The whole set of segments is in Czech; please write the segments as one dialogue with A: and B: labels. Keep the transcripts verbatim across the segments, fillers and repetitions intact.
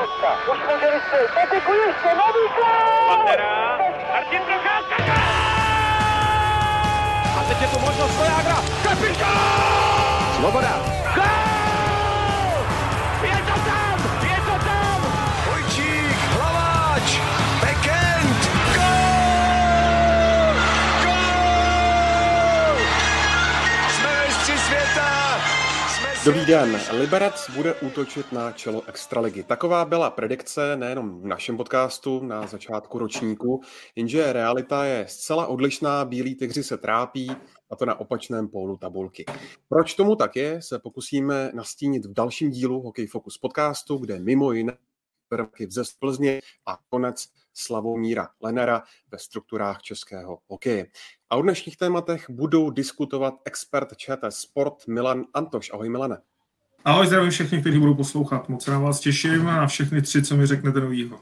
A: Už může vystřelit, Peteku ještě, nový gól!
B: Pantera, Martin Procházka,
C: a teď je tu možnost Svojágra, kapitán!
D: Svoboda!
C: Gól! Je to tam, je to tam!
D: Vojčík, Hlaváč, Bekend, gól! Gól! Jsme mistři světa!
E: Dobrý den. Liberec bude útočit na čelo extraligy. Taková byla predikce nejenom v našem podcastu na začátku ročníku, jenže realita je zcela odlišná, bílí tygři se trápí, a to na opačném pólu tabulky. Proč tomu tak je, se pokusíme nastínit v dalším dílu Hokej Focus podcastu, kde mimo jiné vzestup Plzně a konec Slavomíra Lennera ve strukturách českého hokeje. A o dnešních tématech budou diskutovat expert ČT Sport Milan Antoš. Ahoj Milane.
F: Ahoj, zdravím všechny, kteří budou poslouchat. Moc na vás těším a na všechny tři, co mi řeknete novýho.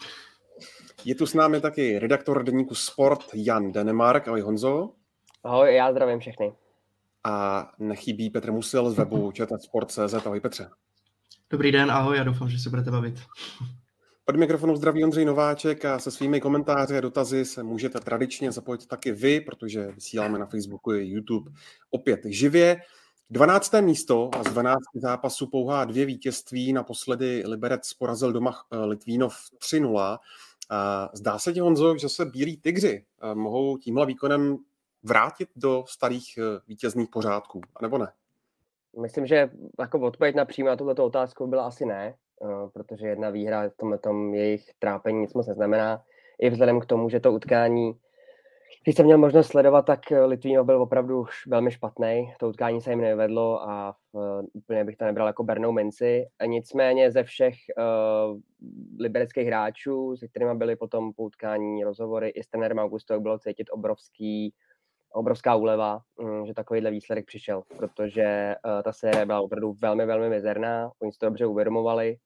E: Je tu s námi taky redaktor deníku Sport Jan Denemark. Ahoj Honzo.
G: Ahoj, já zdravím všechny.
E: A nechybí Petr Musil z webu ČT Sport tečka cé zet. Ahoj Petře.
H: Dobrý den, ahoj, já doufám, že se budete bavit.
E: Od mikrofonu zdraví Ondřej Nováček a se svými komentáři a dotazy se můžete tradičně zapojit taky vy, protože vysíláme na Facebooku i YouTube opět živě. dvanácté místo a z dvanácti zápasů pouhá dvě vítězství. Naposledy Liberec porazil doma Litvínov tři nula. Zdá se ti, Honzo, že se bílí tygři mohou tímhle výkonem vrátit do starých vítězných pořádků, anebo ne?
G: Myslím, že jako odpověď na přímo na tuto otázku byla asi ne, protože jedna výhra v tomhletom jejich trápení nic moc neznamená. I vzhledem k tomu, že to utkání, když jsem měl možnost sledovat, tak Litvínov byl opravdu už velmi špatný. To utkání se jim nevedlo a úplně bych to nebral jako bernou minci. Nicméně ze všech uh, libereckých hráčů, se kterými byly potom po utkání rozhovory, i s trenérem Augustou bylo cítit obrovský obrovská úleva, že takovýhle výsledek přišel, protože uh, ta série byla opravdu velmi, velmi mizerná, oni si to dobře uvědomovali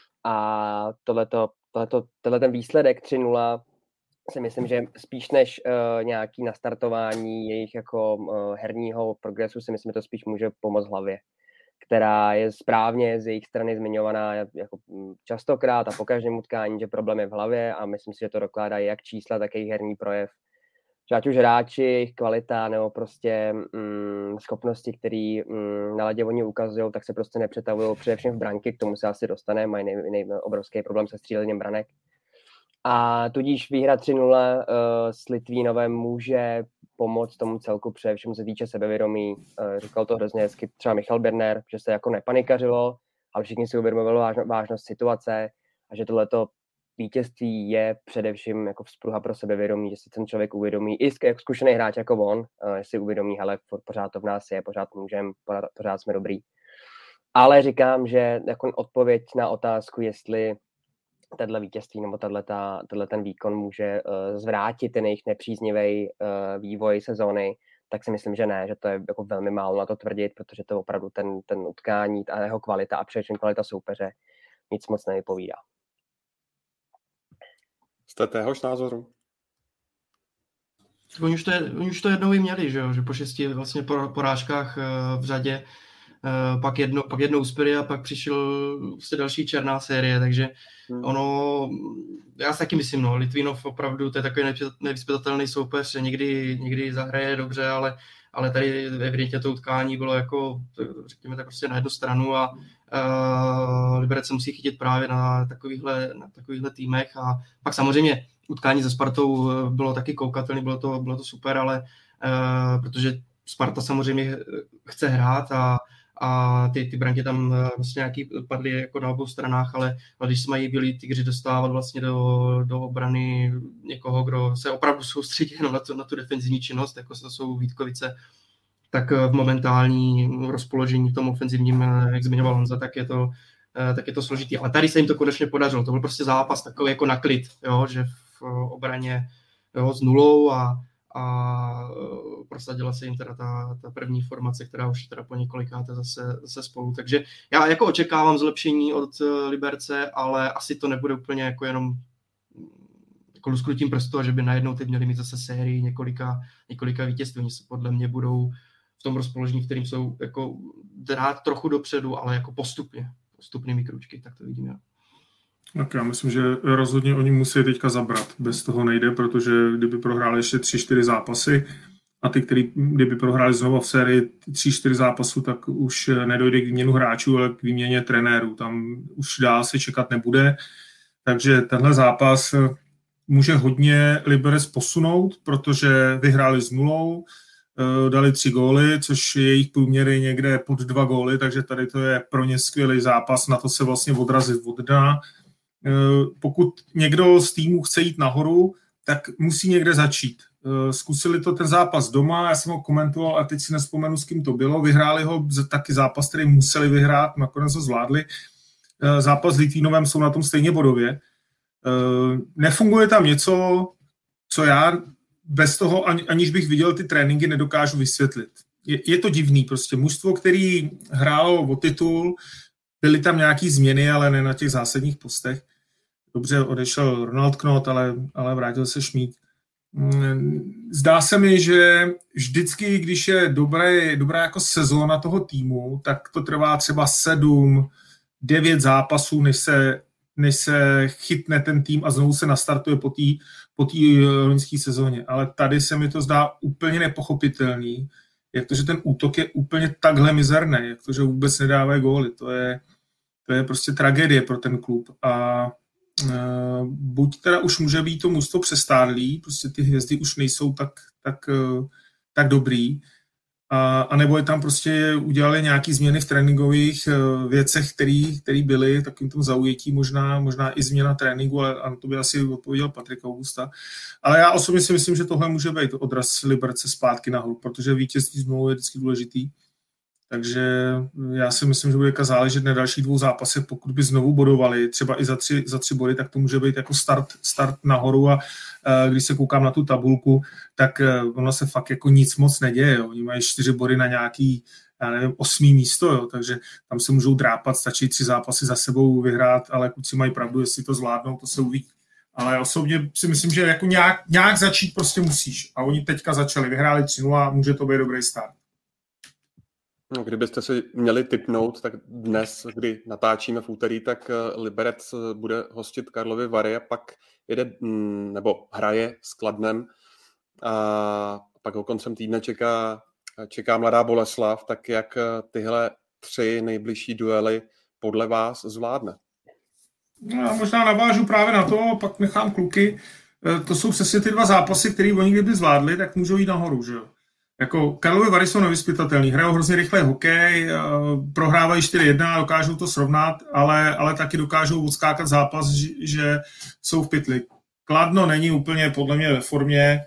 G: a tohleto, tohleto, tohle ten výsledek tři nula si myslím, že spíš než uh, nějaký nastartování jejich jako uh, herního progresu si myslím, že to spíš může pomoct hlavě, která je správně z jejich strany zmiňovaná jako častokrát a po každém utkání, že problém je v hlavě a myslím si, že to dokládá jak čísla, tak jejich herní projev. Že ať už hráči, jejich kvalita nebo prostě mm, schopnosti, které mm, na ledě oni ukazují, tak se prostě nepřetavují především v branky, k tomu se asi dostane, mají nej, nej, obrovský problém se střílením branek. A tudíž výhra tři nula uh, s Litvínovem může pomoct tomu celku především se týče sebevědomí. Uh, říkal to hrozně hezky třeba Michal Birner, že se jako nepanikařilo, ale všichni si uvědomovali vážno, vážnost situace a že tohleto vítězství je především jako vzpruha pro sebevědomí, že si ten člověk uvědomí, i jako zkušený hráč jako on, že si uvědomí, hele, pořád to v nás je, pořád můžeme, pořád, pořád jsme dobrý. Ale říkám, že jako odpověď na otázku, jestli tato vítězství nebo tato ten výkon může uh, zvrátit ten jejich nepříznivý uh, vývoj sezóny, tak si myslím, že ne, že to je jako velmi málo na to tvrdit, protože to opravdu ten, ten utkání a jeho kvalita a především kvalita soupeře nic moc nevypovídá.
E: Jste téhož názoru?
H: Oni už to, je, oni už to jednou i měli, že, jo? Že po šesti vlastně porážkách v řadě pak jedno, pak jednou uspěli a pak přišel vlastně další černá série, takže hmm. ono, já si taky myslím, no, Litvínov opravdu, to je takový nevyzpytatelný soupeř, někdy, někdy zahraje dobře, ale, ale tady evidentně to utkání bylo jako, řekněme tak prostě na jednu stranu a uh, Liberec se musí chytit právě na takovýchhle, na takovýchhle týmech a pak samozřejmě utkání se Spartou bylo taky koukatelný, bylo to, bylo to super, ale uh, protože Sparta samozřejmě chce hrát a a ty, ty branky tam vlastně nějaký padly jako na obou stranách, ale, ale když se mají bílí tygři dostávat vlastně do, do obrany někoho, kdo se opravdu soustředí jenom na, to, na tu defenzivní činnost, jako to jsou Vítkovice, tak v momentální rozpoložení v tom ofenzivním, jak zmiňoval Honza, tak je to, tak je to složitý. Ale tady se jim to konečně podařilo. To byl prostě zápas takový jako na klid, jo, že v obraně jo, s nulou a a prosadila se jim teda ta, ta první formace, která už teda po několikáté zase, zase spolu. Takže já jako očekávám zlepšení od Liberce, ale asi to nebude úplně jako jenom jako lusknutím prstu, a že by najednou teď měli mít zase sérii několika, několika vítězství. Oni se podle mě budou v tom rozpoložení, v kterým jsou jako drát trochu dopředu, ale jako postupně, postupnými kručky, tak to vidím já.
F: Tak já myslím, že rozhodně oni musí teďka zabrat. Bez toho nejde, protože kdyby prohráli ještě tři čtyři zápasy a ty, který kdyby prohráli znovu v sérii tři čtyři zápasů, tak už nedojde k výměnu hráčů, ale k výměně trenérů. Tam už dál se čekat nebude. Takže tenhle zápas může hodně Liberec posunout, protože vyhráli s nulou, dali tři góly, což je jejich průměry někde pod dva góly, takže tady to je pro ně skvělý zápas, na to se vlastně odrazit od dna. Pokud někdo z týmu chce jít nahoru, tak musí někde začít. Zkusili to ten zápas doma, já jsem ho komentoval a teď si nespomenu, s kým to bylo. Vyhráli ho taky zápas, který museli vyhrát, nakonec ho zvládli. Zápas s Litvínovem jsou na tom stejně bodově. Nefunguje tam něco, co já bez toho, aniž bych viděl ty tréninky, nedokážu vysvětlit. Je, je to divný prostě. Mužstvo, který hrálo o titul, byly tam nějaký změny, ale ne na těch zásadních postech. Dobře, odešel Ronald Knott, ale, ale vrátil se Šmíd. Zdá se mi, že vždycky, když je dobré, dobrá jako sezóna toho týmu, tak to trvá třeba sedm, devět zápasů, než se, než se chytne ten tým a znovu se nastartuje po té po té loňské sezóně. Ale tady se mi to zdá úplně nepochopitelný, jak to, že ten útok je úplně takhle mizerný, jak to, že vůbec nedávají góly. To je, to je prostě tragédie pro ten klub. A Uh, buď teda už může být to mužstvo přestárlý, prostě ty hvězdy už nejsou tak, tak, uh, tak dobrý, a, a nebo je tam prostě udělali nějaký změny v tréninkových uh, věcech, které byly, takým tom zaujetí, možná, možná i změna tréninku, ale a to by asi odpověděl Patrik Augusta. Ale já osobně si myslím, že tohle může být odraz Liberce zpátky nahoru, protože vítězství znovu je vždycky důležitý. Takže já si myslím, že bude záležet na dalších dvou zápasech, pokud by znovu bodovali, třeba i za tři, za tři body, tak to může být jako start, start nahoru a uh, když se koukám na tu tabulku, tak uh, ono se fakt jako nic moc neděje. Jo. Oni mají čtyři body na nějaký, já nevím, osmý místo, jo. Takže tam se můžou drápat, stačí tři zápasy za sebou vyhrát, ale kluci mají pravdu, jestli to zvládnou, to se uvidí. Ale osobně si myslím, že jako nějak, nějak začít prostě musíš. A oni teďka začali, vyhráli tři nula, může to být dobrý start.
E: No, kdybyste si měli tipnout, tak dnes, kdy natáčíme v úterý, tak Liberec bude hostit Karlovy Vary a pak jede, nebo hraje s Kladnem a pak ho koncem týdne čeká, čeká Mladá Boleslav, tak jak tyhle tři nejbližší duely podle vás zvládne?
F: No, já možná navážu právě na to, pak nechám kluky. To jsou přesně ty dva zápasy, které oni kdyby zvládli, tak můžou jít nahoru, že jo? Jako Karlovy Vary jsou nevyzpytatelný, hrajou hrozně rychlej hokej, prohrávají čtyři jedna, dokážou to srovnat, ale, ale taky dokážou odskákat zápas, že, že jsou v pytli. Kladno není úplně podle mě ve formě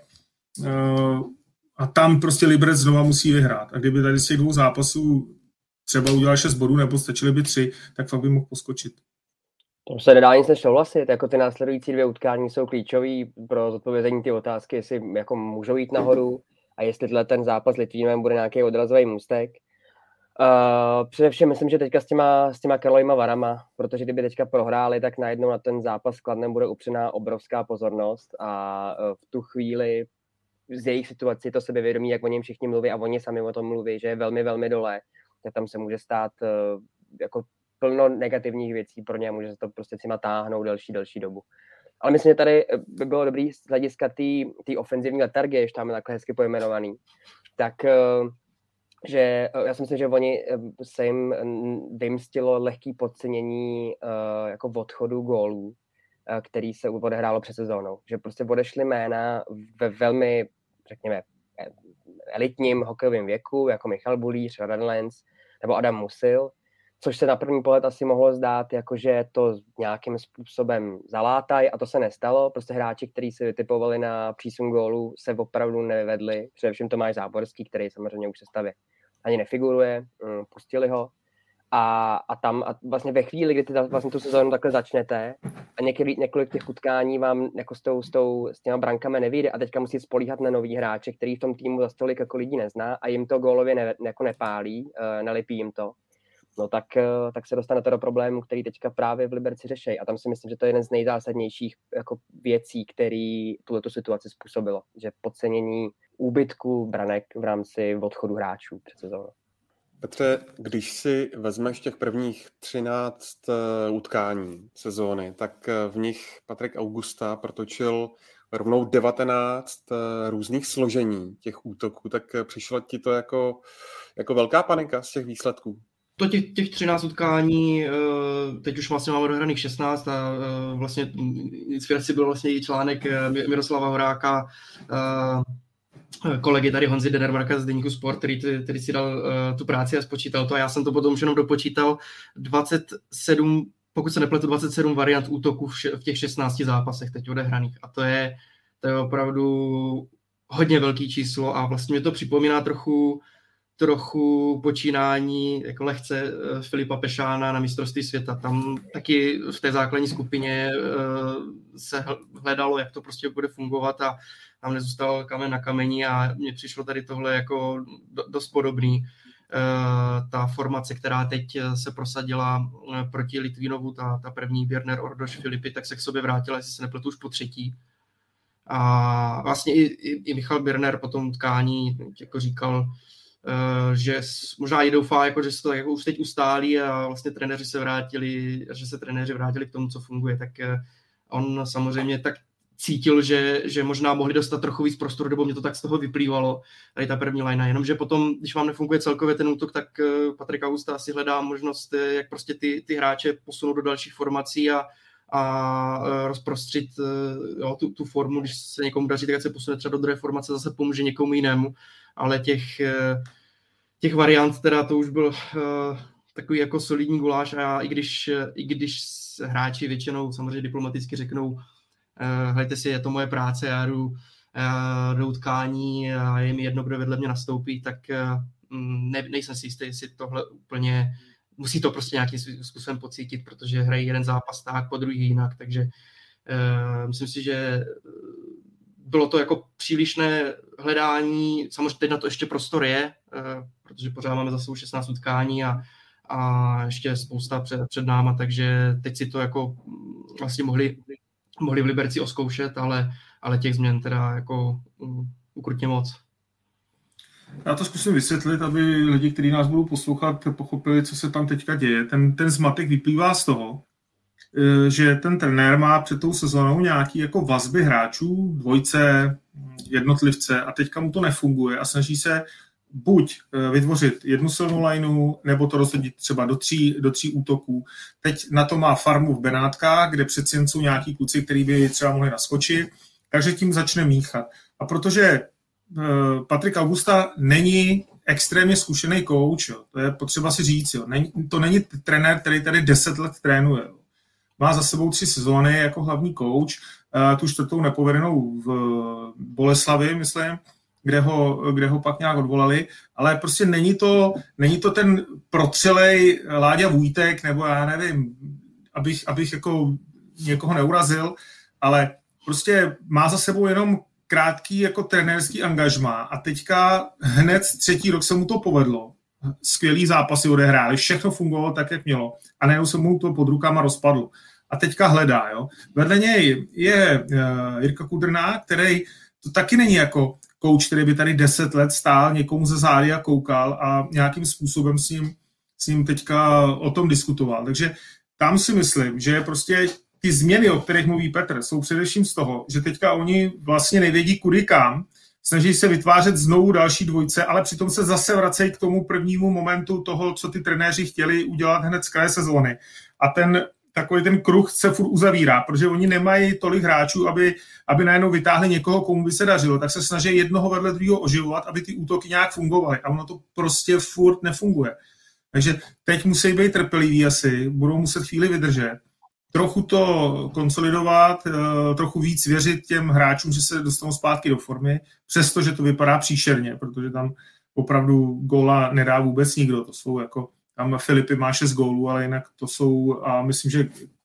F: a tam prostě Liberec znova musí vyhrát. A kdyby tady z těch dvou zápasů třeba udělal šest bodů nebo stačily by tři, tak fakt by mohl poskočit.
G: To se nedá nic než souhlasit, jako ty následující dvě utkání jsou klíčový pro zodpovězení ty otázky, jestli jako můžou jít nahoru, a jestli ten zápas s Litvínem bude nějaký odrazový můstek. Uh, především myslím, že teďka s těma, s těma Karlovýma Varama, protože kdyby teďka prohráli, tak najednou na ten zápas s Kladnem bude upřená obrovská pozornost a uh, v tu chvíli z jejich situací to sebevědomí, jak o něm všichni mluví a oni sami o tom mluví, že je velmi, velmi dole, tak tam se může stát uh, jako plno negativních věcí pro ně a může se to prostě cima táhnout delší, delší dobu. Ale myslím, že tady by bylo dobrý z hlediska té ofenzivní letargie, ještě tam je takhle hezky pojmenovaný, tak že já si myslím, že oni se jim vymstilo lehký podcenění jako odchodu gólů, který se odehrálo před sezónou. Že prostě odešly jména ve velmi, řekněme, elitním hokejovém věku, jako Michal Bulíř, Radlens nebo Adam Musil, což se na první pohled asi mohlo zdát, jakože to nějakým způsobem zalátají a to se nestalo. Prostě hráči, kteří si vytipovali na přísun gólu, se opravdu nevedli. Především Tomáš Záborský, který samozřejmě už v sestavě ani nefiguruje, pustili ho. A, a tam a vlastně ve chvíli, kdy ty vlastně tu sezónu takhle začnete a několik, několik těch utkání vám jako s, tou, s, tou, s těma brankami nevyjde a teďka musí spolíhat na nový hráče, který v tom týmu za stolik jako lidí nezná a jim to gólově ne, jako nepálí, nelipí jim to. No tak, tak se dostanete do problému, který teďka právě v Liberci řeší. A tam si myslím, že to je jeden z nejzásadnějších jako věcí, který tuhletu situaci způsobilo. Že podcenění úbytku branek v rámci odchodu hráčů před sezónou.
E: Petře, když si vezmeš těch prvních třináct utkání sezóny, tak v nich Patrik Augusta protočil rovnou devatenáct různých složení těch útoků, tak přišlo ti to jako, jako velká panika z těch výsledků?
H: To těch, těch třináct utkání, teď už vlastně máme odehraných šestnáct a vlastně inspirací byl vlastně i článek Miroslava Horáka, kolegy tady Honzy Dedermarka z deníku Sport, který, který si dal tu práci a spočítal to a já jsem to potom už jenom dopočítal dvacet sedm, pokud se nepletu, dvacet sedm variant útoků v těch šestnácti zápasech teď odehraných a to je, to je opravdu hodně velký číslo a vlastně mi to připomíná trochu trochu počínání jako lehce Filipa Pešána na mistrovství světa. Tam taky v té základní skupině se hledalo, jak to prostě bude fungovat a tam nezůstal kamen na kameni a mně přišlo tady tohle jako dost podobný. Ta formace, která teď se prosadila proti Litvinovu, ta, ta první Bjerner, Ordoš, Filipy, tak se k sobě vrátila, jestli se nepletu, už po třetí. A vlastně i, i, i Michal Bjerner po tom tkání jako říkal, že možná i doufá, jako, že se to jako už teď ustálí a vlastně trenéři se vrátili, že se trenéři vrátili k tomu, co funguje, tak on samozřejmě tak cítil, že, že možná mohli dostat trochu víc prostoru, nebo mě to tak z toho vyplývalo, tady ta první linea, jenomže potom, když vám nefunguje celkově ten útok, tak Patrik Augusta asi hledá možnost, jak prostě ty, ty hráče posunout do dalších formací a, a rozprostřit jo, tu, tu formu, když se někomu daří, tak se posune třeba do druhé formace, zase pomůže někomu jinému, ale těch, těch variant teda to už byl uh, takový jako solidní guláš a i když, i když hráči většinou samozřejmě diplomaticky řeknou uh, hejte si, je to moje práce, já jdu uh, do utkání a je mi jedno, kdo vedle mě nastoupí, tak uh, ne, nejsem si jistý, jestli tohle úplně musí to prostě nějakým způsobem pocítit, protože hrají jeden zápas tak, po druhý jinak, takže uh, myslím si, že bylo to jako přílišné hledání, samozřejmě teď na to ještě prostor je, protože pořád máme za sebou šestnáct utkání a, a ještě spousta před, před náma, takže teď si to jako vlastně mohli, mohli v Liberci oskoušet, ale, ale těch změn teda jako ukrutně moc.
F: Já to zkusím vysvětlit, aby lidi, kteří nás budou poslouchat, pochopili, co se tam teďka děje. Ten, ten zmatek vyplývá z toho, že ten trenér má před tou sezónou nějaký jako vazby hráčů, dvojce, jednotlivce a teďka mu to nefunguje a snaží se buď vytvořit jednu silnou lineu, nebo to rozhodit třeba do tří, do tří útoků. Teď na to má farmu v Benátkách, kde přeci jen jsou nějaký kluci, který by třeba mohli naskočit, takže tím začne míchat. A protože Patrik Augusta není extrémně zkušený kouč, jo, to je potřeba si říct, jo. Není, to není trenér, který tady deset let trénuje. Jo. Má za sebou tři sezóny jako hlavní kouč, tu čtvrtou nepovedenou v Boleslavi, myslím, kde ho, kde ho pak nějak odvolali, ale prostě není to, není to ten protřelej Láďa Vůjtek, nebo já nevím, abych, abych jako někoho neurazil, ale prostě má za sebou jenom krátký jako trenérský angažmá a teďka hned třetí rok se mu to povedlo. Skvělý zápasy odehráli, všechno fungovalo tak, jak mělo a najednou se mu to pod rukama rozpadlo. A teďka hledá, jo. Vedle něj je uh, Jirka Kudrna, který to taky není jako kouč, který by tady deset let stál někomu ze zády a koukal a nějakým způsobem s ním, s ním teďka o tom diskutoval. Takže tam si myslím, že prostě ty změny, o kterých mluví Petr, jsou především z toho, že teďka oni vlastně nevědí kudy kam, snaží se vytvářet znovu další dvojce, ale přitom se zase vracejí k tomu prvnímu momentu toho, co ty trenéři chtěli udělat hned z kraje sezóny. A ten takový ten kruh se furt uzavírá, protože oni nemají tolik hráčů, aby, aby najednou vytáhli někoho, komu by se dařilo, tak se snaží jednoho vedle druhého oživovat, aby ty útoky nějak fungovaly. A ono to prostě furt nefunguje. Takže teď musí být trpěliví asi, budou muset chvíli vydržet, trochu to konsolidovat, trochu víc věřit těm hráčům, že se dostanou zpátky do formy, přestože to vypadá příšerně, protože tam opravdu góla nedá vůbec nikdo. To jsou jako, tam Filipy má šest gólů, ale jinak to jsou, a myslím, že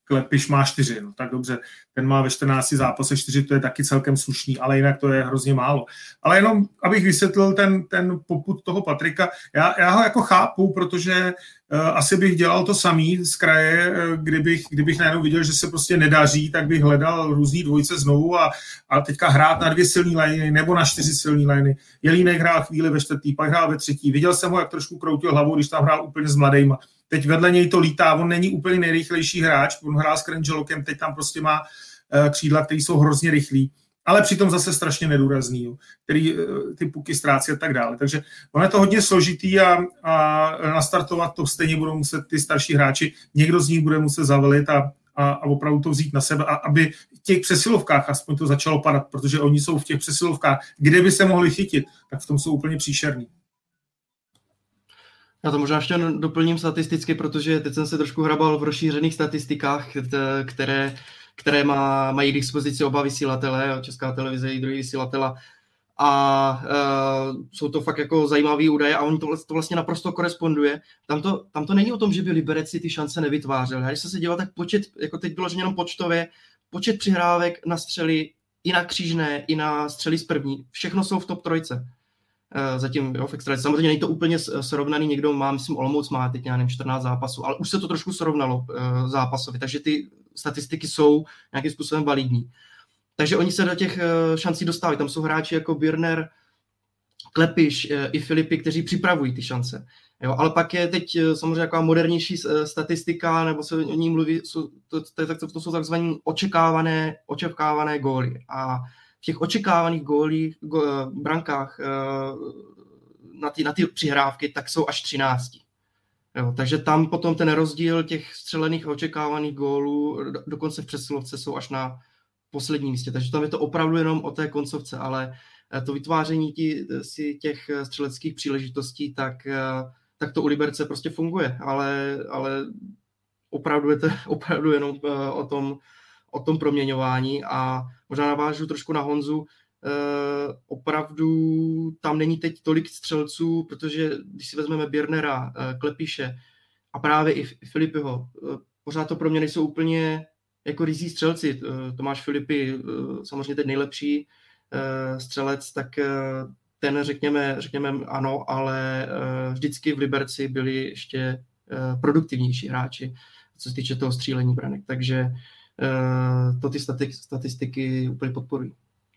F: Klepiš má čtyři, no tak dobře, ten má ve čtrnácti zápasech čtyři, to je taky celkem slušný, ale jinak to je hrozně málo. Ale jenom, abych vysvětlil ten, ten popud toho Patrika, já, já ho jako chápu, protože uh, asi bych dělal to samý z kraje, uh, kdybych, kdybych najednou viděl, že se prostě nedaří, tak bych hledal různý dvojce znovu a, a teďka hrát na dvě silný liny nebo na čtyři silný liny. Jelínek hrál chvíli ve čtvrtý, pak hrál ve třetí. Viděl jsem ho, jak trošku kroutil hlavou, když tam hrál úplně s mladejma. Teď vedle něj to lítá, on není úplně nejrychlejší hráč, on hrál s Krengelokem, teď tam prostě má uh, křídla, které jsou hrozně rychlí, ale přitom zase strašně nedůrazný, jo, který uh, ty puky ztrácí a tak dále. Takže ono je to hodně složitý a, a nastartovat to stejně budou muset ty starší hráči, někdo z nich bude muset zavelit a, a, a opravdu to vzít na sebe, a, aby v těch přesilovkách aspoň to začalo padat, protože oni jsou v těch přesilovkách, kde by se mohli chytit, tak v tom jsou úplně příšerní.
H: Já to možná ještě doplním statisticky, protože teď jsem se trošku hrabal v rozšířených statistikách, které, které má, mají k dispozici oba vysílatele, Česká televize i druhý vysílatela. A uh, jsou to fakt jako zajímavý údaje a on to, to vlastně naprosto koresponduje. Tam to, tam to není o tom, že by Liberec si ty šance nevytvářel. Já když jsem se díval, tak počet, jako teď bylo jenom počtově, počet přihrávek na střely i na křížné, i na střely z první, všechno jsou v top trojce. Zatím jo, v extralize. Samozřejmě není to úplně srovnaný, někdo má, myslím, Olomouc má teď nevím, čtrnáct zápasů, ale už se to trošku srovnalo uh, zápasově, takže ty statistiky jsou nějakým způsobem validní. Takže oni se do těch uh, šancí dostávají. Tam jsou hráči jako Birner, Klepiš uh, i Filipy, kteří připravují ty šance. Jo, ale pak je teď uh, samozřejmě taková modernější uh, statistika, nebo se o ní mluví, jsou, to, to, to, to jsou takzvané očekávané, očekávané góly. A v těch očekávaných gólích, go, brankách na ty, na ty přihrávky, tak jsou až třináct. Jo, takže tam potom ten rozdíl těch střelených a očekávaných gólů do, dokonce v přesilovce jsou až na posledním místě. Takže tam je to opravdu jenom o té koncovce, ale to vytváření tí, si těch střeleckých příležitostí, tak, tak to u Liberce prostě funguje. Ale, ale opravdu je to opravdu jenom o tom, o tom proměňování a možná navážu trošku na Honzu, e, opravdu tam není teď tolik střelců, protože když si vezmeme Birnera, e, Klepiše a právě i Filipiho, e, pořád to pro mě nejsou úplně jako rizí střelci. E, Tomáš Filipy, e, samozřejmě teď nejlepší e, střelec, tak e, ten řekněme, řekněme ano, ale e, vždycky v Liberci byli ještě e, produktivnější hráči, co se týče toho střílení branek, takže to ty statistiky úplně podporují.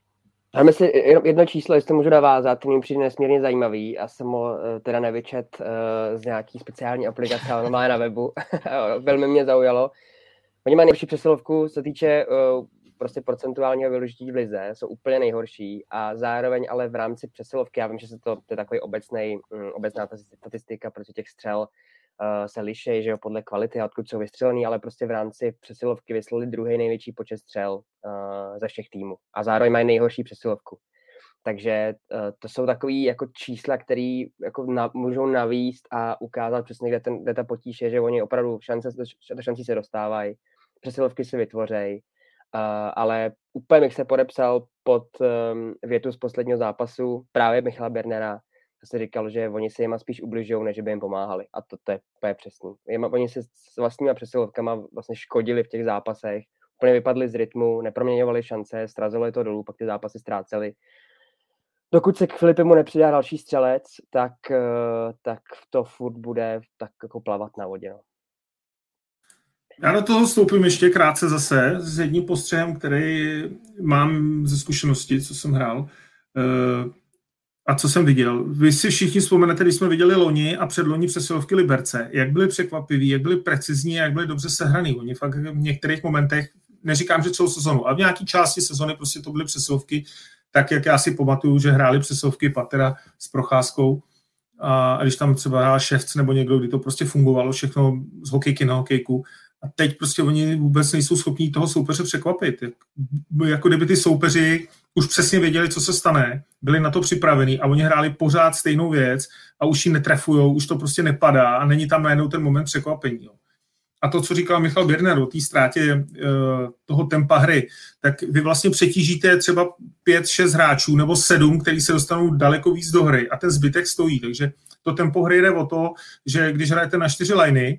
G: A myslím, jedno číslo, jestli to můžu navázat, to mi přijde nesmírně zajímavý. Já jsem ho teda nevyčet z nějaký speciální aplikace, ale má je na webu. Velmi mě zaujalo. Oni mají nejhorší přesilovku, co se týče prostě procentuálního využití v lize, jsou úplně nejhorší a zároveň ale v rámci přesilovky, já vím, že se to, to je takový obecnej, obecná statistika, protože těch střel Uh, se liší, že jo, podle kvality a odkud jsou vystřelený, ale prostě v rámci přesilovky vyslali druhý největší počet střel uh, ze všech týmů a zároveň mají nejhorší přesilovku. Takže uh, to jsou takový jako čísla, které jako na, můžou navíst a ukázat přesně, kde, ten, kde ta potíž je, že oni opravdu šance, do šancí se dostávají, přesilovky si vytvořejí, uh, ale úplně bych se podepsal pod um, větu z posledního zápasu právě Michala Birnera, se říkal, že oni si jima spíš ubližují, než by jim pomáhali. A to, to je úplně přesný. Jima, oni se s vlastníma přesilovkama vlastně škodili v těch zápasech, úplně vypadli z rytmu, neproměňovali šance, strazili to dolů, pak ty zápasy ztráceli. Dokud se k Filipimu nepřidá další střelec, tak, tak to furt bude tak jako plavat na vodě. No.
F: Já do toho vstoupím ještě krátce zase s jedním postřehem, který mám ze zkušenosti, co jsem hrál. A co jsem viděl? Vy si všichni vzpomenete, když jsme viděli loni a předloni přesilovky Liberce, jak byly překvapiví, jak byly precizní, jak byly dobře sehraný. Oni fakt v některých momentech, neříkám, že celou sezonu, ale v nějaké části sezony prostě to byly přesilovky, tak jak já si pamatuju, že hráli přesilovky Patera s Procházkou a když tam třeba hrál Ševc nebo někdo, kdy to prostě fungovalo všechno z hokejky na hokejku. A teď prostě oni vůbec nejsou schopní toho soupeře překvapit. Jak, jako kdyby ty soupeři už přesně věděli, co se stane, byli na to připravení a oni hráli pořád stejnou věc a už ji netrefujou, už to prostě nepadá a není tam najednou ten moment překvapení. Jo. A to, co říkal Michal Birner o té ztrátě e, toho tempa hry, tak vy vlastně přetížíte třeba pět, šest hráčů nebo sedm, kteří se dostanou daleko víc do hry a ten zbytek stojí. Takže to tempo hry jde o to, že když hrajete na čtyři liny,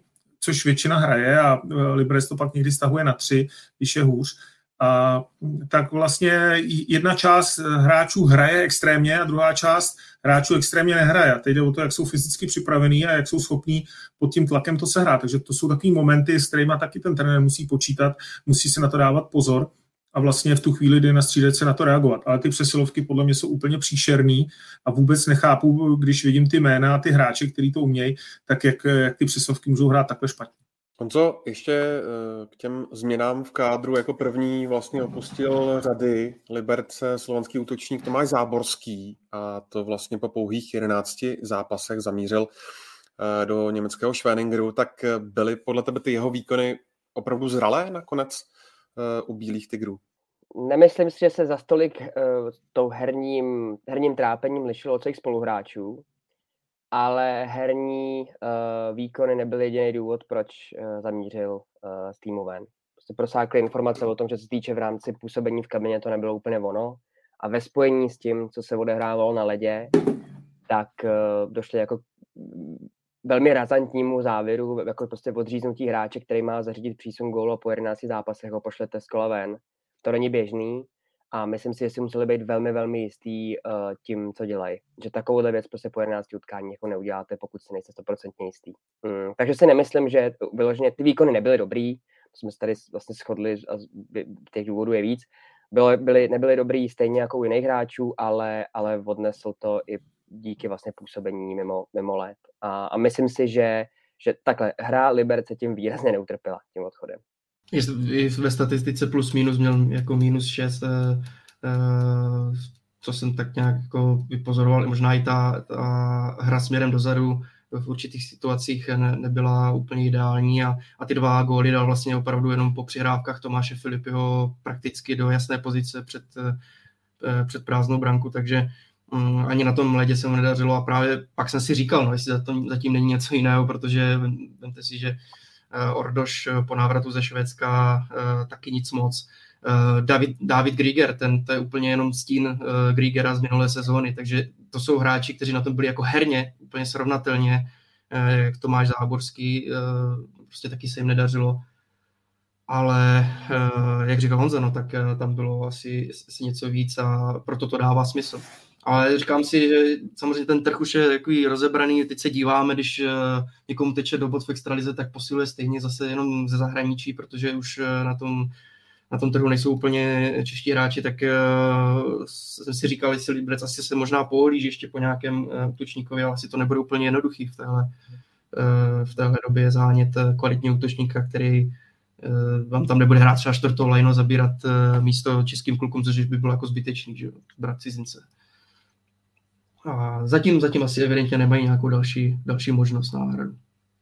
F: což většina hraje a Liberec to pak někdy stahuje na tři, když je hůř. A tak vlastně jedna část hráčů hraje extrémně a druhá část hráčů extrémně nehraje. Teď jde o to, jak jsou fyzicky připravení a jak jsou schopní pod tím tlakem to sehrát. Takže to jsou takový momenty, s kterými taky ten trenér musí počítat, musí se na to dávat pozor a vlastně v tu chvíli jde na střídačce na to reagovat. Ale ty přesilovky podle mě jsou úplně příšerný a vůbec nechápu, když vidím ty jména a ty hráče, kteří to umějí, tak jak, jak ty přesilovky můžou hrát takhle špatně.
E: Honzo, ještě k těm změnám v kádru jako první vlastně opustil řady Liberce slovanský útočník Tomáš Záborský a to vlastně po pouhých jedenácti zápasech zamířil do německého Schwenningeru. Tak byly podle tebe ty jeho výkony opravdu zralé nakonec u Bílých tigrů?
G: Nemyslím si, že se za stolik uh, tou herním, herním trápením lišilo od svých spoluhráčů, ale herní uh, výkony nebyly jediný důvod, proč uh, zamířil uh, z týmu ven. Prostě prosákly informace o tom, že se týče v rámci působení v kabině to nebylo úplně ono a ve spojení s tím, co se odehrávalo na ledě, tak uh, došli jako velmi razantnímu závěru, jako prostě odříznutí hráče, který má zařídit přísun gólu a po jedenácti zápasech ho pošlete z kola ven. To není běžný a myslím si, že si museli být velmi, velmi jistý uh, tím, co dělají. Že takovouhle věc prostě po jedenácti utkání jako neuděláte, pokud si nejste stoprocentně jistý. Mm, takže si nemyslím, že vyloženě ty výkony nebyly dobrý, to jsme se tady vlastně shodli a těch důvodů je víc. Bylo, byly, nebyly dobrý stejně jako u jiných hráčů, ale, ale odnesl to i díky vlastně působení mimo, mimo let. A, a myslím si, že, že takhle hra Liberce tím výrazně neutrpěla tím odchodem.
H: I ve statistice plus minus měl jako minus šest, eh, eh, co jsem tak nějak jako vypozoroval, možná i ta, ta hra směrem dozadu v určitých situacích ne, nebyla úplně ideální a, a ty dva góly dal vlastně opravdu jenom po přihrávkách Tomáše Filipiho prakticky do jasné pozice před, eh, před prázdnou branku, takže um, ani na tom ledě se mu nedařilo a právě pak jsem si říkal, no jestli zatím, zatím není něco jiného, protože vemte si, že Ordoš po návratu ze Švédska taky nic moc. David, David Grieger, ten to je úplně jenom stín Griegera z minulé sezóny, takže to jsou hráči, kteří na tom byli jako herně úplně srovnatelně, jak Tomáš Záborský, prostě taky se jim nedařilo. Ale jak říkal Honza, no, tak tam bylo asi, asi něco víc a proto to dává smysl. Ale říkám si, že samozřejmě ten trh už je takový rozebraný, teď se díváme, když někomu teče do bod v extralize, tak posiluje stejně zase jenom ze zahraničí, protože už na tom, na tom trhu nejsou úplně čeští hráči, tak jsem si říkal, jestli Liberec asi se možná pohlíží ještě po nějakém útočníkovi, ale asi to nebude úplně jednoduchý v téhle, v téhle době zánět kvalitní útočníka, který vám tam nebude hrát třeba čtvrtou lajno, zabírat místo českým klukům, což by bylo jako zbytečný, že brát cizince. A zatím, zatím asi evidentně nemají nějakou další, další možnost náhradu.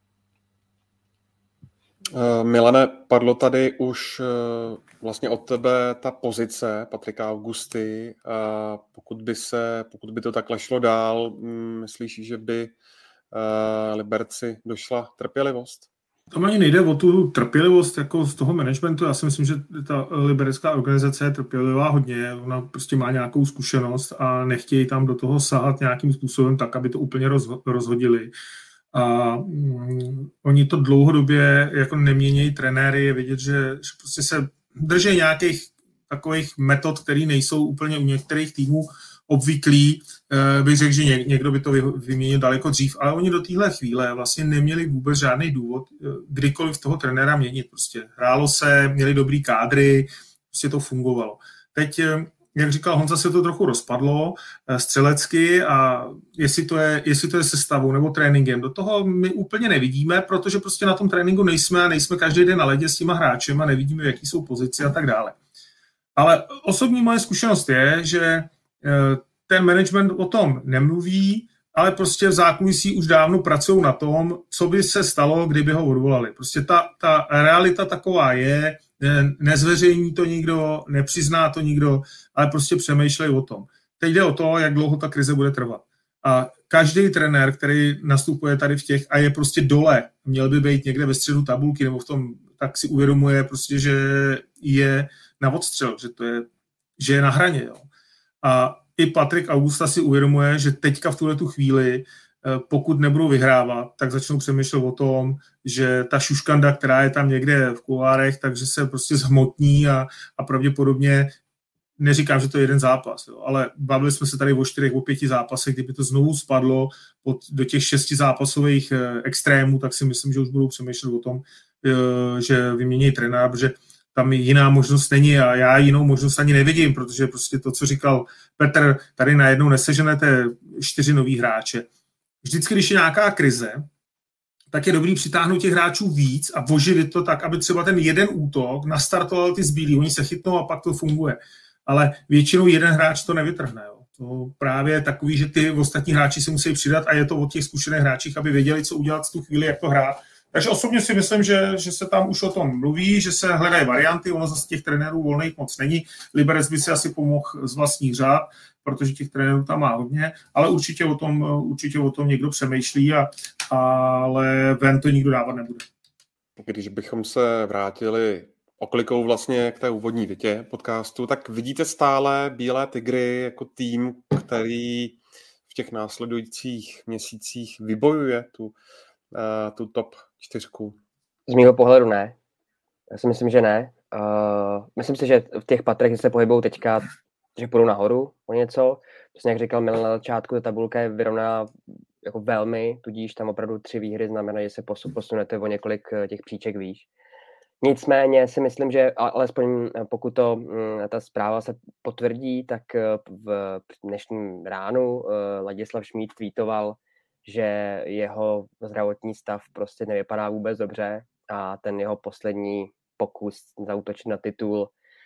E: Uh, Milane, padlo tady už uh, vlastně od tebe ta pozice Patrika Augusty. Uh, pokud by se, pokud by to takhle šlo dál, um, myslíš, že by uh, Liberci došla trpělivost?
F: Tam ani nejde o tu trpělivost jako z toho managementu. Já si myslím, že ta liberecká organizace je trpělivá hodně. Ona prostě má nějakou zkušenost a nechtějí tam do toho sahat nějakým způsobem tak, aby to úplně rozhodili. A mm, oni to dlouhodobě jako neměnějí trenéry. Je vidět, že, že prostě se drží nějakých takových metod, které nejsou úplně u některých týmů obvyklý, bych řekl, že někdo by to vyměnil daleko dřív, ale oni do téhle chvíle vlastně neměli vůbec žádný důvod kdykoliv toho trenéra měnit. Prostě hrálo se, měli dobrý kádry, prostě to fungovalo. Teď, jak říkal Honza, se to trochu rozpadlo střelecky a jestli to je, jestli to je sestavou nebo tréninkem, do toho my úplně nevidíme, protože prostě na tom tréninku nejsme a nejsme každý den na ledě s těma hráčem a nevidíme, jaký jsou pozice a tak dále. Ale osobní moje zkušenost je, že ten management o tom nemluví, ale prostě v zákulisí už dávno pracují na tom, co by se stalo, kdyby ho odvolali. Prostě ta, ta realita taková je, nezveřejní to nikdo, nepřizná to nikdo, ale prostě přemýšlej o tom. Teď jde o to, jak dlouho ta krize bude trvat. A každý trenér, který nastupuje tady v těch a je prostě dole, měl by být někde ve středu tabulky nebo v tom, tak si uvědomuje prostě, že je na odstřel, že to je, že je na hraně. Jo. A i Patrik Augusta si uvědomuje, že teďka v tuhletu chvíli pokud nebudou vyhrávat, tak začnou přemýšlet o tom, že ta šuškanda, která je tam někde v kulárech, takže se prostě zhmotní a, a pravděpodobně, neříkám, že to je jeden zápas, jo, ale bavili jsme se tady o čtyřech, o pěti zápasech, kdyby to znovu spadlo pod, do těch šesti zápasových extrémů, tak si myslím, že už budou přemýšlet o tom, že vymění trenéra, protože tam jiná možnost není a já jinou možnost ani nevidím, protože prostě to, co říkal Petr, tady najednou neseženete čtyři nový hráče. Vždycky, když je nějaká krize, tak je dobrý přitáhnout těch hráčů víc a oživit to tak, aby třeba ten jeden útok nastartoval ty zbylí, oni se chytnou a pak to funguje. Ale většinou jeden hráč to nevytrhne. Jo. To právě je takový, že ty ostatní hráči se musí přidat a je to od těch zkušených hráčích, aby věděli, co udělat v tu chvíli, jak to hrát. Takže osobně si myslím, že, že se tam už o tom mluví, že se hledají varianty, ono zase těch trenérů volných moc není. Liberec by si asi pomohl z vlastních řád, protože těch trenérů tam má hodně, ale určitě o tom, určitě o tom někdo přemýšlí, a, ale ven to nikdo dávat nebude.
E: Když bychom se vrátili oklikou vlastně k té úvodní větě podcastu, tak vidíte stále Bílé tygry jako tým, který v těch následujících měsících vybojuje tu, uh, tu top čtyřku?
G: Z mýho pohledu ne. Já si myslím, že ne. Uh, myslím si, že v těch patrech, se pohybují teďka, že půjdou nahoru o něco. Přesně jak říkal Milan na začátku, ta tabulka je vyrovnaná jako velmi, tudíž tam opravdu tři výhry znamená, že se posunete o několik těch příček výš. Nicméně si myslím, že alespoň pokud to, ta zpráva se potvrdí, tak v dnešním ránu Ladislav Šmíd tweetoval, že jeho zdravotní stav prostě nevypadá vůbec dobře a ten jeho poslední pokus zaútočit na titul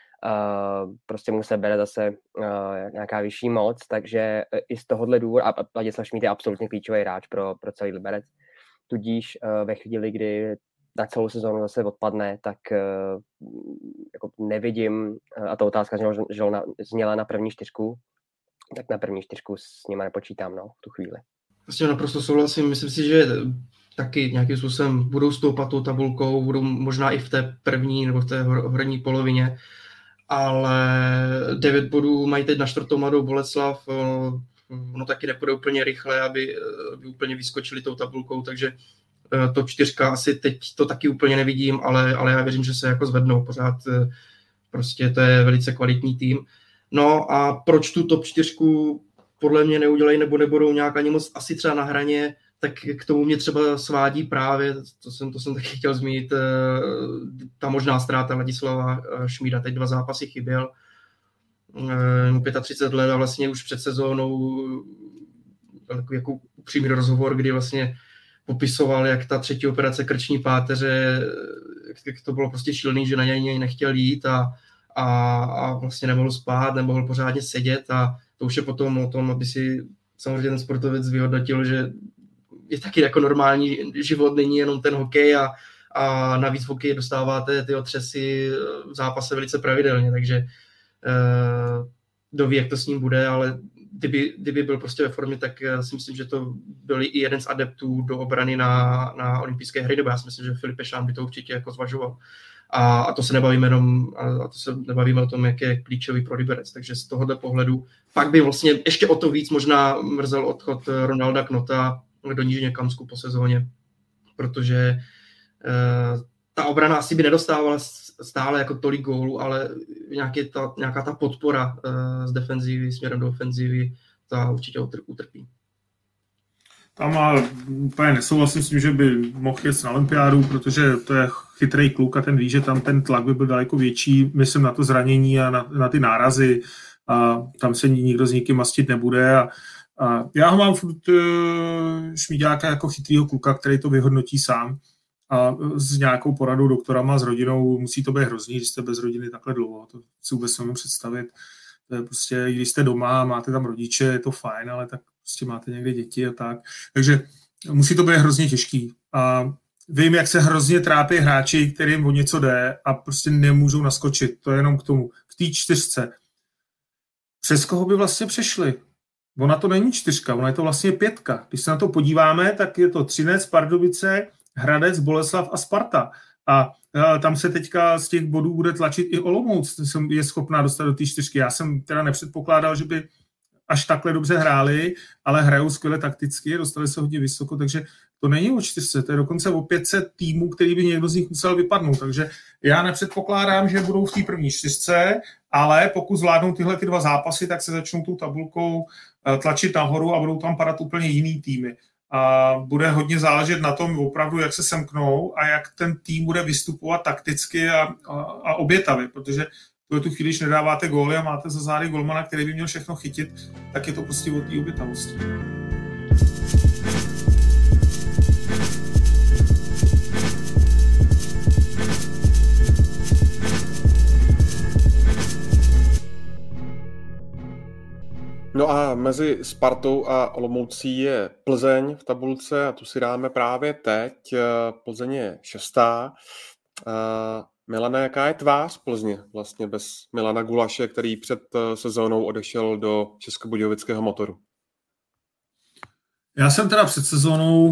G: Uh, prostě mu se bere zase uh, nějaká vyšší moc, takže i z tohohle důvodu, a Ladislav Šmíd je absolutně klíčový hráč pro, pro celý Liberec, tudíž uh, ve chvíli, kdy na celou sezónu zase odpadne, tak uh, jako nevidím, uh, a ta otázka zněla na, zněla na první čtyřku, tak na první čtyřku s nima nepočítám, no, v tu chvíli.
H: Vlastně naprosto souhlasím, myslím si, že taky nějakým způsobem budou stoupat tou tabulkou, budou možná i v té první nebo v té horní polovině, ale devět bodů mají teď na čtvrtou mladou Boleslav, ono taky nepůjde úplně rychle, aby, aby úplně vyskočili tou tabulkou, takže top čtyřka asi teď to taky úplně nevidím, ale, ale já věřím, že se jako zvednou pořád, prostě to je velice kvalitní tým. No a proč tu top čtyřku podle mě neudělají nebo nebudou nějak ani moc asi třeba na hraně, tak k tomu mě třeba svádí právě, to jsem, to jsem taky chtěl zmínit, ta možná ztráta Ladislava Šmída, teď dva zápasy chyběl, třicet pět let a vlastně už před sezónou takový jako upřímný rozhovor, kdy vlastně popisoval, jak ta třetí operace krční páteře, jak to bylo prostě šílený, že na něj nechtěl jít a, a, a vlastně nemohl spát, nemohl pořádně sedět a to už je potom o tom, aby si samozřejmě ten sportovec vyhodnotil, že je taky jako normální život, není jenom ten hokej a, a navíc v hokeji dostáváte ty otřesy v zápase velice pravidelně, takže eh, kdo ví, jak to s ním bude, ale kdyby, kdyby byl prostě ve formě, tak si myslím, že to byl i jeden z adeptů do obrany na, na olympijské hry, nebo já si myslím, že Filip Pešán by to určitě jako zvažoval. A, a to se nebavíme jenom, a to se nebavíme o tom, jak je klíčový pro Liberec, takže z tohohle pohledu pak by vlastně ještě o to víc možná mrzel odchod Ronalda Knota do Nížně Kamsku po sezóně, protože e, ta obrana asi by nedostávala stále jako tolik gólů, ale nějaký ta, nějaká ta podpora e, z defenzívy směrem do ofenzívy, ta určitě utrpí.
F: Tam má úplně nesouhlasím s tím, že by mohl jet na olympiádu, protože to je chytrý kluk a ten ví, že tam ten tlak by byl daleko větší, myslím na to zranění a na, na ty nárazy a tam se nikdo s nikým mastit nebude a A já ho mám furt uh, Šmíďáka jako chytrýho kluka, který to vyhodnotí sám a s nějakou poradou doktorama s rodinou musí to být hrozný, když jste bez rodiny takhle dlouho, to si vůbec nemůžu představit. To je prostě, když jste doma, máte tam rodiče, je to fajn, ale tak prostě máte někde děti a tak. Takže musí to být hrozně těžký. A vím, jak se hrozně trápí hráči, kterým o něco jde a prostě nemůžou naskočit. To je jenom k tomu. K té čtyřce. Přes koho by vlastně přešli? Ona to není čtyřka, ona je to vlastně pětka. Když se na to podíváme, tak je to Třinec, Pardubice, Hradec, Boleslav a Sparta. A tam se teďka z těch bodů bude tlačit i Olomouc, je schopná dostat do té čtyřky. Já jsem teda nepředpokládal, že by až takhle dobře hráli, ale hrajou skvěle takticky, dostali se hodně vysoko, takže to není o čtyřce, to je dokonce o pět set týmů, který by někdo z nich musel vypadnout, takže já nepředpokládám, že budou v té první čtyřce, ale pokud zvládnou tyhle ty dva zápasy, tak se začnou tou tabulkou tlačit nahoru a budou tam padat úplně jiný týmy. A bude hodně záležet na tom opravdu, jak se semknou a jak ten tým bude vystupovat takticky a, a, a obětavě, protože v tu chvíli, když nedáváte góly a máte za zády golmana, který by měl všechno chytit, tak je to prostě o té obětavosti.
E: No a mezi Spartou a Olomoucí je Plzeň v tabulce a tu si dáme právě teď. Plzeň je šestá. Milane, jaká je tvář Plzně vlastně bez Milana Gulaše, který před sezónou odešel do Českobudějovického Motoru?
F: Já jsem teda před sezónou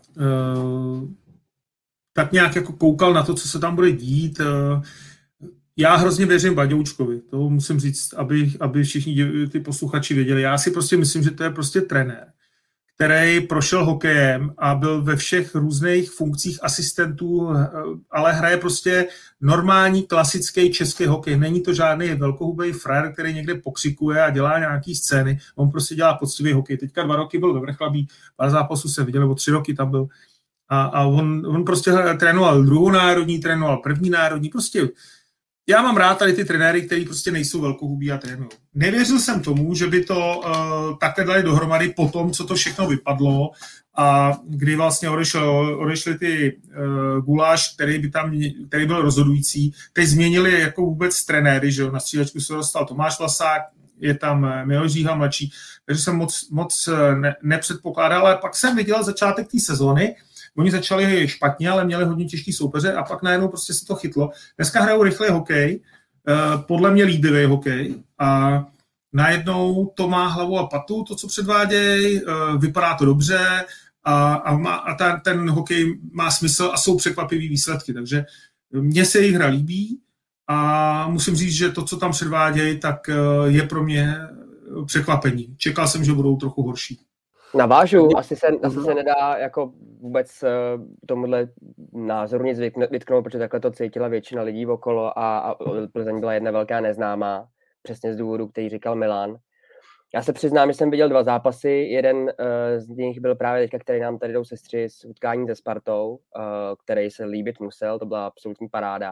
F: uh, tak nějak jako koukal na to, co se tam bude dít. Uh, Já hrozně věřím Baďoučkovi, to musím říct, aby, aby všichni ty posluchači věděli. Já si prostě myslím, že to je prostě trenér, který prošel hokejem a byl ve všech různých funkcích asistentů, ale hraje prostě normální, klasický český hokej. Není to žádný velkohubý frajer, který někde pokřikuje a dělá nějaký scény. On prostě dělá poctivý hokej. Teďka dva roky byl ve Vrchlabí, pár zápasů se viděl, nebo tři roky tam byl. A, a on, on prostě trénoval druhou národní, trénoval první národní, prostě já mám rád tady ty trenéry, kteří prostě nejsou velkohubí a trénují. Nevěřil jsem tomu, že by to uh, takhle dali dohromady po tom, co to všechno vypadlo a kdy vlastně odešel, odešli ty uh, Guláš, který, by tam, který byl rozhodující. Teď změnili jako vůbec trenéry, že jo, na střídačku se dostal Tomáš Vlasák, je tam Miloš Říha mladší, takže jsem moc, moc ne, nepředpokládal, ale pak jsem viděl začátek té sezóny. Oni začali špatně, ale měli hodně těžký soupeře a pak najednou prostě se to chytlo. Dneska hrajou rychlý hokej, podle mě líbivý hokej a najednou to má hlavu a patu, to, co předvádějí, vypadá to dobře a, a, má, a ta, ten hokej má smysl a jsou překvapivý výsledky, takže mně se jejich hra líbí a musím říct, že to, co tam předvádějí, tak je pro mě překvapení. Čekal jsem, že budou trochu horší.
G: Navážu, asi se, asi se nedá jako vůbec uh, tomuhle názoru nic vytknout, protože takhle to cítila většina lidí okolo a, a Plzeň byla jedna velká neznámá, přesně z důvodu, který říkal Milan. Já se přiznám, že jsem viděl dva zápasy, jeden uh, z nich byl právě teďka, který nám tady jdou sestři z utkání se Spartou, uh, který se líbit musel, to byla absolutní paráda.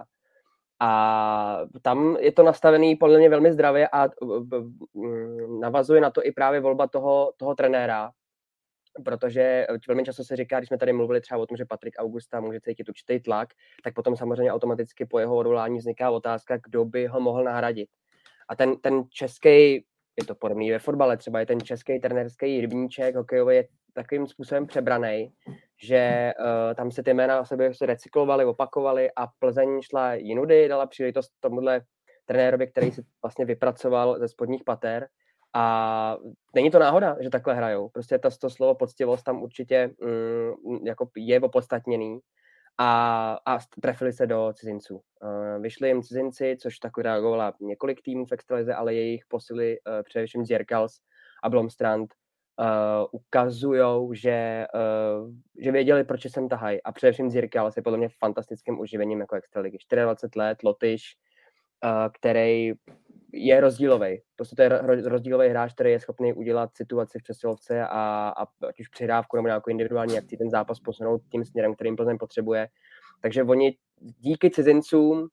G: A tam je to nastavený podle mě velmi zdravě a navazuje na to i právě volba toho, toho trenéra, protože velmi často se říká, když jsme tady mluvili třeba o tom, že Patrik Augusta může cítit určitý tlak, tak potom samozřejmě automaticky po jeho odvolání vzniká otázka, kdo by ho mohl nahradit. A ten, ten český, je to podobný ve fotbale, třeba je ten český trenérský rybníček hokejový je takovým způsobem přebranej, že uh, tam se ty jména sebe se recyklovaly, opakovaly a Plzeň šla jinudy, dala příležitost tomuhle trenérovi, který si vlastně vypracoval ze spodních pater. A není to náhoda, že takhle hrajou. Prostě to, to slovo poctivost tam určitě mm, jako je opodstatněný a, a trefili se do cizinců. Uh, vyšli jim cizinci, což tak reagovala několik týmů v extralize, ale jejich posily, uh, především Zierkals a Blomstrand, uh, ukazujou, že, uh, že věděli, proč sem tahají. A především Zierkals je podle mě fantastickým uživením jako extraligy. dvacet čtyři let, Lotyš, uh, který je rozdílový. Prostě to je rozdílový hráč, který je schopný udělat situaci v přesilovce a, a ať už přihrávku nebo nějakou individuální akci ten zápas posunout tím směrem, kterým Plzeň potřebuje. Takže oni díky cizincům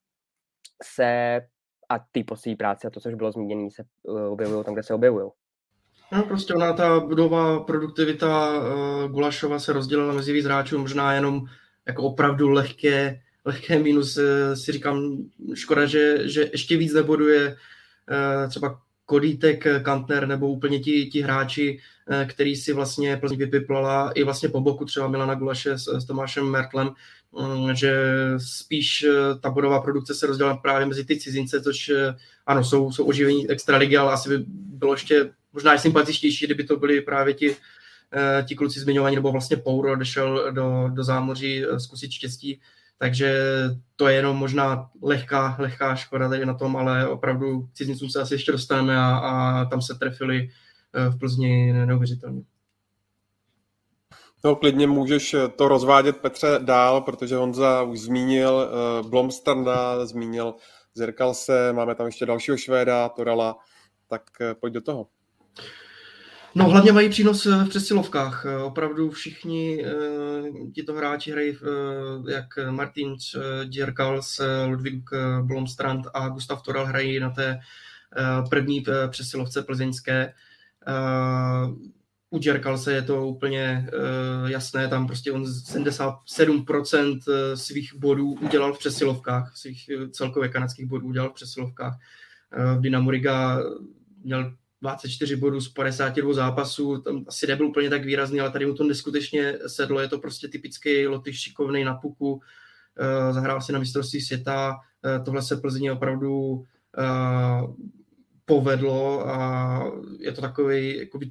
G: se a ty po své práci a to, což bylo zmíněné, se objevují tam, kde se objevují.
H: No prostě ona, ta budová produktivita uh, Gulašova se rozdělila mezi víc hráčů, možná jenom jako opravdu lehké, lehké minus. Uh, si říkám, škoda, že, že ještě víc neboduje třeba Kodítek, Kantner nebo úplně ti, ti hráči, který si vlastně Plzeň vypiplala i vlastně po boku třeba Milana Gulaše s, s Tomášem Mertlem, že spíš ta bodová produkce se rozdělila právě mezi ty cizince, což ano, jsou, jsou oživení extraligy, ale asi by bylo ještě možná i sympatičtější, kdyby to byli právě ti, ti kluci zmiňovaní, nebo vlastně Pouro odešel do, do zámoří zkusit štěstí. Takže to je jenom možná lehká, lehká škoda tady na tom, ale opravdu k cizincům se asi ještě dostaneme a, a tam se trefili v Plzni neuvěřitelný.
E: No, klidně můžeš to rozvádět, Petře, dál, protože Honza už zmínil uh, Blomstranda, zmínil Zerkalse, máme tam ještě dalšího Švéda, Torala, tak uh, pojď do toho.
H: No, hlavně mají přínos v přesilovkách. Opravdu všichni uh, tito hráči hrají, uh, jak Martins, uh, Zerkals, uh, Ludvík uh, Blomstrand a Gustav Toral hrají na té uh, první uh, přesilovce plzeňské. Uh, U Zerkalse je to úplně uh, jasné, tam prostě on sedmdesát sedm procent svých bodů udělal v přesilovkách, svých celkově kanadských bodů udělal v přesilovkách. Uh, v Dynamo Riga měl dvacet čtyři bodů z padesáti dvou zápasů, tam asi nebyl úplně tak výrazný, ale tady mu to neskutečně sedlo, je to prostě typický Lotyš šikovnej na puku, uh, zahrál si na mistrovství světa, uh, tohle se Plzni opravdu uh, povedlo a je to takový jakoby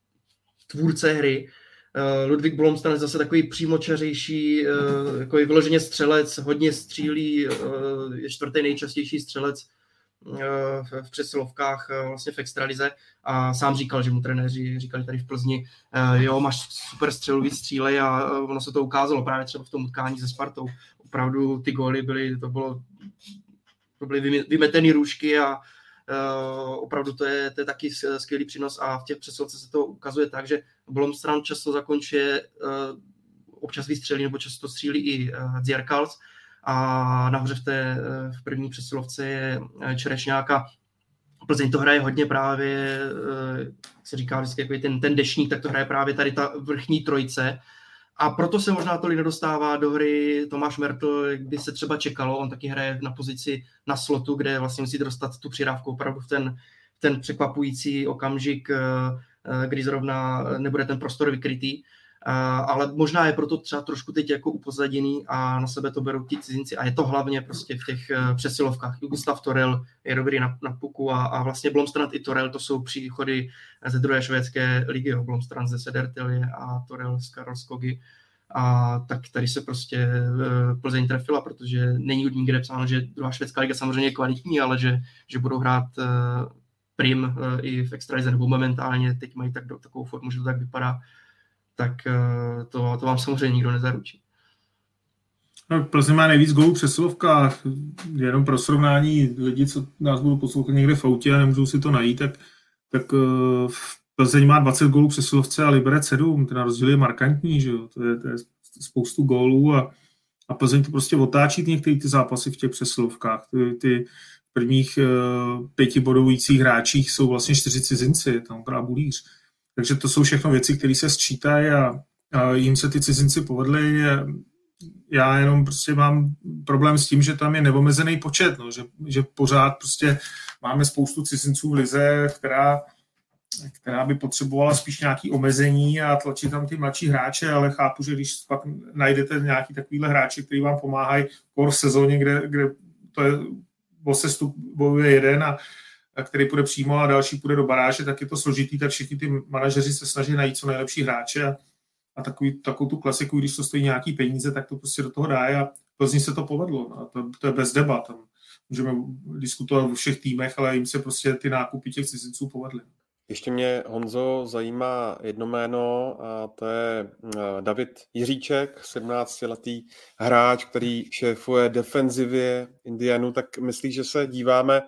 H: tvůrce hry. Uh, Ludvík Blomstrand je zase takový přímočařejší, uh, jako je vyloženě střelec, hodně střílí, uh, je čtvrtý nejčastější střelec uh, v, v přesilovkách, uh, vlastně v extralize a sám říkal, že mu trenéři říkali tady v Plzni, uh, jo, máš super střelu, víc střílej a uh, ono se to ukázalo právě třeba v tom utkání se Spartou. Opravdu ty góly byly, to bylo, to byly vymetený růžky a Uh, opravdu to je, to je taky skvělý přínos a v těch přesilovce se to ukazuje tak, že Blomstrand často zakončuje, uh, občas vystřelí nebo často střílí i uh, Zerkals a nahoře v té uh, v první přesilovce je Čerešňák a Plzeň to hraje hodně právě, uh, jak se říká vždycky, jako ten, ten dešník, tak to hraje právě tady ta vrchní trojice. A proto se možná tolik nedostává do hry Tomáš Mertl, jak by se třeba čekalo. On taky hraje na pozici na slotu, kde vlastně musí dostat tu přidávku opravdu v ten, ten překvapující okamžik, kdy zrovna nebude ten prostor vykrytý. Ale možná je proto třeba trošku teď jako upozaděný a na sebe to berou ti cizinci. A je to hlavně prostě v těch přesilovkách. Gustav Torel je dobrý na, na puku a, a vlastně Blomstrand i Torel, to jsou příchody ze druhé švédské ligy. Jo. Blomstrand ze Södertälje a Torel z Karlskogy. A tak tady se prostě Plzeň trefila, protože není nikde psáno, že druhá švédská liga samozřejmě je kvalitní, ale že, že budou hrát prim i v extralize nebo momentálně. Teď mají tak, takovou formu, že to tak vypadá. Tak to, to vám samozřejmě nikdo nezaručí.
F: No, Plzeň má nejvíc gólů v přesilovkách. Jenom pro srovnání lidi, co nás budou poslouchat někde v autě a nemůžou si to najít, tak, tak Plzeň má dvacet gólů v přesilovce a Liberec sedm. Ten rozdíl je markantní, že jo? To je, to je spoustu gólů a, a Plzeň to prostě otáčí některé ty zápasy v těch přesilovkách. Ty, ty prvních uh, pěti bodujících hráčích jsou vlastně čtyři cizinci, tam hraje Bulíř. Takže to jsou všechno věci, které se sčítají a, a jim se ty cizinci povedly. Já jenom prostě mám problém s tím, že tam je neomezený počet, no, že, že pořád prostě máme spoustu cizinců v lize, která, která by potřebovala spíš nějaké omezení a tlačit tam ty mladší hráče, ale chápu, že když pak najdete nějaký takovýhle hráči, který vám pomáhají v sezóně, kde, kde to je o sestup bojuje jeden a který půjde přímo a další půjde do baráže, tak je to složitý, tak všichni ty manažeři se snaží najít co nejlepší hráče a, a takový, takovou tu klasiku, když to stojí nějaký peníze, tak to prostě do toho dá a Plzni se to povedlo. No, to, to je bez debat. Tam můžeme diskutovat o všech týmech, ale jim se prostě ty nákupy těch cizinců povedly.
E: Ještě mě, Honzo, zajímá jedno jméno a to je David Jiříček, sedmnáctiletý hráč, který šéfuje defenzivě Indianu. Tak myslíš, že se díváme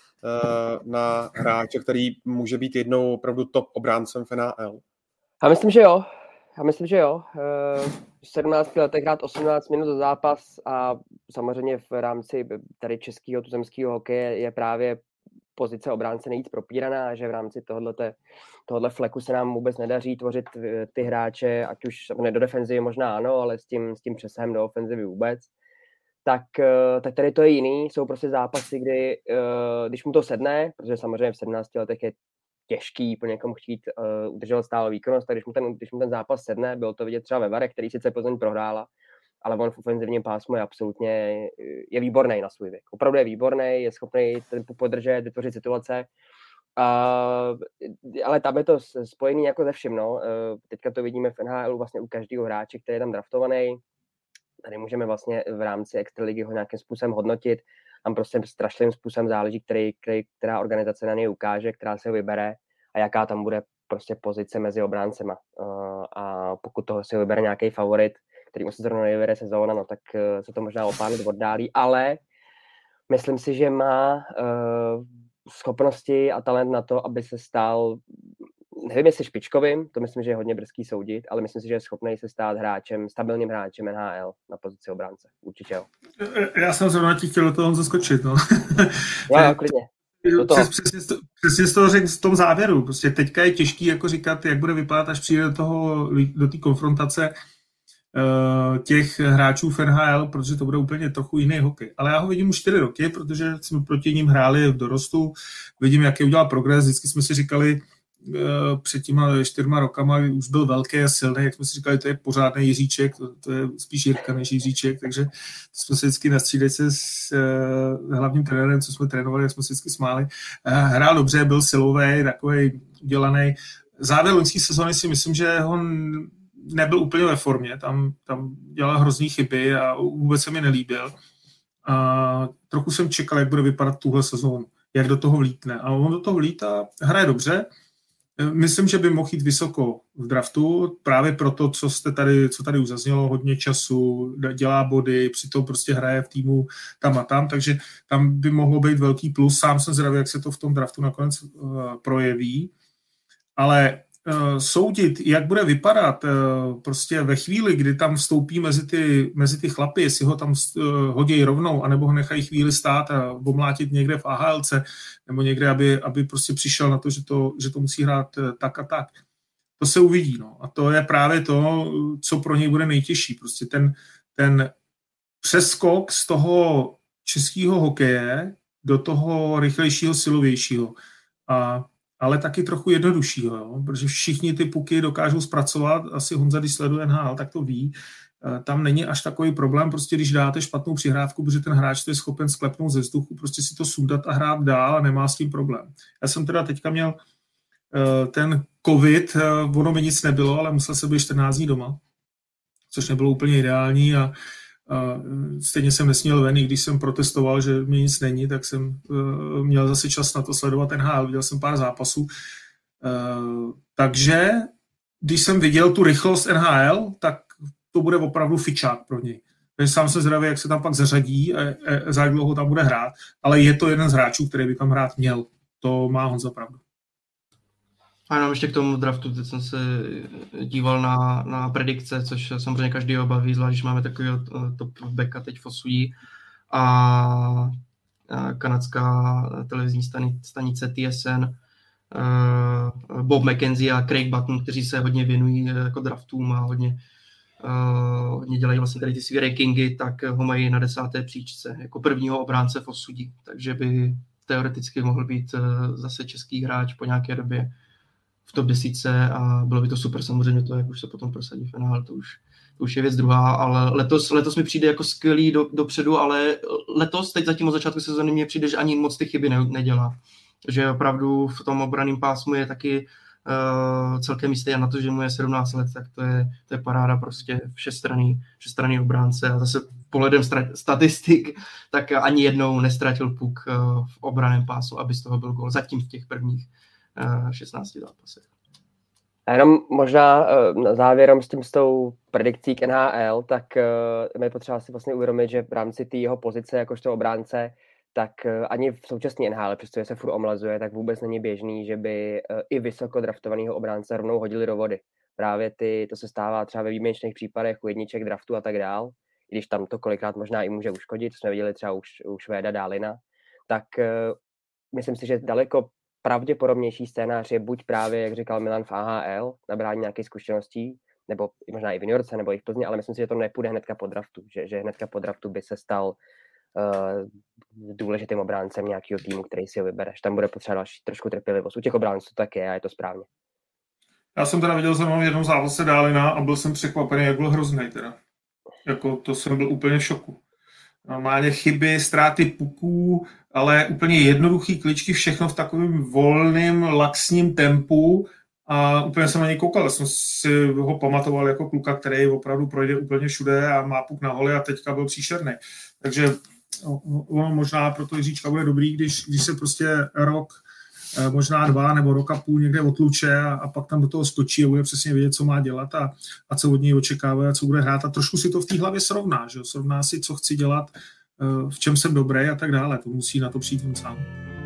E: na hráče, který může být jednou opravdu top obráncem v N H L?
G: Já myslím, že jo. Já myslím, že jo. V sedmnácti letech hrát osmnáct minut za zápas a samozřejmě v rámci tady českého tuzemského hokeje je právě pozice obránce nejvíc propíraná, že v rámci tohoto, tohoto fleku se nám vůbec nedaří tvořit ty hráče, ať už do defenzivy možná ano, ale s tím, s tím přesahem do ofenzivy vůbec. Tak, tak tady to je jiný. Jsou prostě zápasy, kdy když mu to sedne, protože samozřejmě v sedmnácti letech je těžký po někom chtít uh, udržovat stále výkonnost, tak když mu, ten, když mu ten zápas sedne, bylo to vidět třeba ve Varech, který sice Plzeň prohrála, ale on v ofenzivním pásmu je absolutně je výborný na svůj věk. Opravdu je výborný, je schopný ten podržet, vytvořit situace. Uh, ale tam je to spojený jako ze vším. No. Uh, teďka to vidíme v N H L vlastně u každého hráče, který je tam draftovaný. Tady můžeme vlastně v rámci extraligy ho nějakým způsobem hodnotit. Tam prostě strašným způsobem záleží, který, který, která organizace na něj ukáže, která se ho vybere a jaká tam bude prostě pozice mezi obráncema. A pokud toho si vybere nějaký favorit, který mu se zrovna nevybere sezóna, no tak se to možná o pár let oddálí, ale myslím si, že má uh, schopnosti a talent na to, aby se stal, nevím jestli špičkovým, to myslím, že je hodně brzký soudit, ale myslím si, že je schopný se stát hráčem, stabilním hráčem N H L na pozici obránce. Určitě jo.
F: Já jsem zrovna ti chtěl do toho zaskočit, no.
G: Jo, jo, klidně.
F: Přes, přesně, přesně z toho řekl v tom závěru. Prostě teďka je těžký jako říkat, jak bude vypadat, až přijde do toho, do té konfrontace uh, těch hráčů v N H L, protože to bude úplně trochu jiný hokej. Ale já ho vidím už čtyři roky, protože jsme proti ním hráli v dorostu, vidím, jaký udělal progres. Vždycky jsme si říkali, uh, před těma čtyřma rokama už byl velký a silný, jak jsme si říkali, to je pořádný Jiříček, to, to je spíš Jirka než Jiříček, takže jsme se vždycky na střídejce s uh, hlavním trenérem, co jsme trénovali, jak jsme se vždycky smáli. Uh, hrál dobře, byl silový, takovej udělaný. Závěr loňské sezóny si myslím, že ho nebyl úplně ve formě, tam, tam dělal hrozný chyby a vůbec se mi nelíbil. A trochu jsem čekal, jak bude vypadat tuhle sezónu, jak do toho vlítne. A on do toho vlítá, hraje dobře. Myslím, že by mohl jít vysoko v draftu, právě proto, co jste tady, co tady už zaznělo, hodně času, dělá body, přitom prostě hraje v týmu tam a tam, takže tam by mohlo být velký plus. Sám jsem zvědavý, jak se to v tom draftu nakonec uh, projeví. Ale uh, soudit, jak bude vypadat uh, prostě ve chvíli, kdy tam vstoupí mezi ty, mezi ty chlapy, jestli ho tam uh, hodí rovnou, anebo ho nechají chvíli stát a omlátit někde v A H L ce, nebo někde, aby, aby prostě přišel na to, že to, že to musí hrát uh, tak a tak. To se uvidí. No. A to je právě to, co pro něj bude nejtěžší. Prostě ten, ten přeskok z toho českého hokeje do toho rychlejšího, silovějšího. A ale taky trochu jednoduššího, jo? Protože všichni ty puky dokážou zpracovat, asi Honza, když sleduje N H L, tak to ví, tam není až takový problém, prostě když dáte špatnou přihrávku, protože ten hráč to je schopen sklepnout ze vzduchu, prostě si to sundat a hrát dál a nemá s tím problém. Já jsem teda teďka měl uh, ten covid, uh, ono mi nic nebylo, ale musel jsem být čtrnáct dní doma, což nebylo úplně ideální a Uh, stejně jsem nesměl ven, i když jsem protestoval, že mi nic není, tak jsem uh, měl zase čas na to sledovat N H L, viděl jsem pár zápasů. Uh, takže když jsem viděl tu rychlost N H L, tak to bude opravdu fičák pro něj. Takže sám jsem zvědavý, jak se tam pak zařadí a, a za jak dlouho tam bude hrát, ale je to jeden z hráčů, který by tam hrát měl. To má Honza pravdu.
H: A jenom ještě k tomu draftu, teď jsem se díval na, na predikce, což samozřejmě každý obaví, zvlášť, když máme takového top backa teď Fosují a kanadská televizní stanice T S N, Bob McKenzie a Craig Button, kteří se hodně věnují jako draftům a hodně, hodně dělají vlastně tady ty své rankingy, tak ho mají na desáté příčce jako prvního obránce Fosují, takže by teoreticky mohl být zase český hráč po nějaké době v top desítce a bylo by to super, samozřejmě to, jak už se potom prosadí v N H L, to už, to už je věc druhá, ale letos, letos mi přijde jako skvělý do, dopředu, ale letos, teď zatím od začátku sezóny mně přijde, že ani moc ty chyby ne, nedělá. Že opravdu v tom obraném pásmu je taky uh, celkem jistý a na to, že mu je sedmnáct let, tak to je, to je paráda prostě všestranný, všestranný obránce a zase pohledem stra- statistik, tak ani jednou nestratil puk uh, v obraném pásu, aby z toho byl gól, zatím v těch prvních šestnácti zápasech.
G: A jenom možná na závěrem s tím s tou predikcí k N H L, tak uh, je potřeba si vlastně uvědomit, že v rámci té jeho pozice jakožto obránce, tak uh, ani v současné N H L, přestože se furt omlazuje, tak vůbec není běžný, že by uh, i vysoko draftovaného obránce rovnou hodili do vody. Právě ty, to se stává třeba ve výjimečných případech u jedniček draftu a tak dál, i když tam to kolikrát možná i může uškodit, to jsme viděli třeba už u Švéda Dálina, tak uh, myslím si, že daleko pravděpodobnější scénář je buď právě, jak říkal Milan, v A H L, nabrání nějakých zkušeností, nebo možná i v juniorce, nebo i v Plzni, ale myslím si, že to nepůjde hnedka po draftu, že, že hnedka po draftu by se stal uh, důležitým obráncem nějakého týmu, který si ho vybereš. Tam bude potřeba další trošku trpělivost. U těch obránců tak je a je to správně.
F: Já jsem teda viděl jsem v jednom zápase Dálina a byl jsem překvapený, jak byl hrozný teda. Jako to jsem byl úplně v šoku. Normálně chyby, ztráty puků, ale úplně jednoduchý kličky, všechno v takovém volném, laxním tempu a úplně jsem na něj koukal. Já jsem si ho pamatoval jako kluka, který opravdu projde úplně všude a má puk na hole a teďka byl příšerný. Takže ono možná pro to Jiříčka bude dobrý, když, když se prostě rok možná dva nebo roka půl někde odluče a, a pak tam do toho skočí a bude přesně vědět, co má dělat a, a co od něj očekává a co bude hrát a trošku si to v té hlavě srovná, že? Srovná si, co chci dělat, v čem jsem dobrý a tak dále. To musí na to přijít on sám.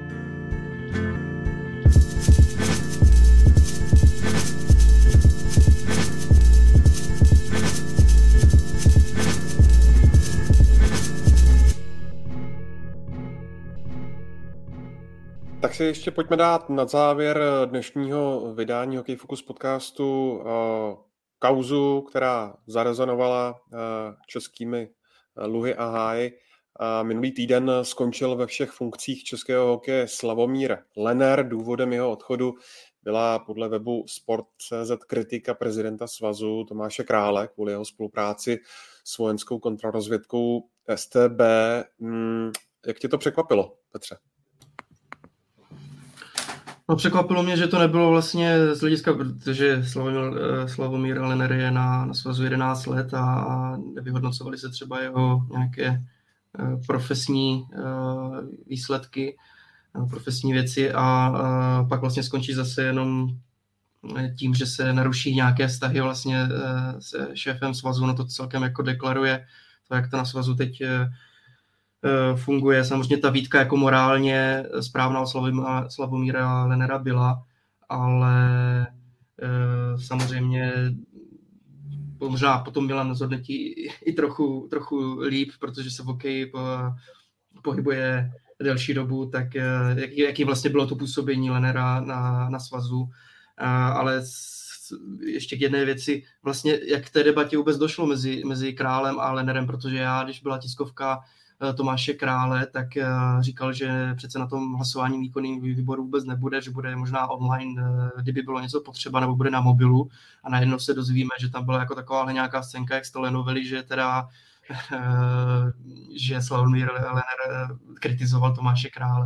E: Tak si ještě pojďme dát na závěr dnešního vydání Hokej Focus podcastu uh, kauzu, která zarezonovala uh, českými luhy a háji. Uh, minulý týden skončil ve všech funkcích českého hokeje Slavomír Lener. Důvodem jeho odchodu byla podle webu sport tečka cé zet kritika prezidenta svazu Tomáše Krále kvůli jeho spolupráci s vojenskou kontrarozvědkou es té bé. Hmm, jak tě to překvapilo, Petře?
H: No, překvapilo mě, že to nebylo vlastně z hlediska, protože Slavomír, Slavomír Lener je na, na svazu jedenáct let a, a nevyhodnocovali se třeba jeho nějaké uh, profesní uh, výsledky, uh, profesní věci a uh, pak vlastně skončí zase jenom tím, že se naruší nějaké vztahy vlastně uh, se šéfem svazu, no to celkem jako deklaruje to, jak to na svazu teď uh, funguje. Samozřejmě ta výtka jako morálně správná od Slavomíra Lenera byla, ale samozřejmě možná potom Milan rozhodnutí i trochu, trochu líp, protože se v hokeji po, pohybuje delší dobu, tak jaký, jaký vlastně bylo to působení Lenera na, na svazu. Ale ještě k jedné věci, vlastně jak k té debatě vůbec došlo mezi, mezi Králem a Lenerem, protože já, když byla tiskovka Tomáše Krále, tak říkal, že přece na tom hlasování výkonných výborů vůbec nebude, že bude možná online, kdyby bylo něco potřeba, nebo bude na mobilu. A najednou se dozvíme, že tam byla jako takováhle nějaká scénka, jak z telenovely, že teda že Slavomír Lener kritizoval Tomáše Krále.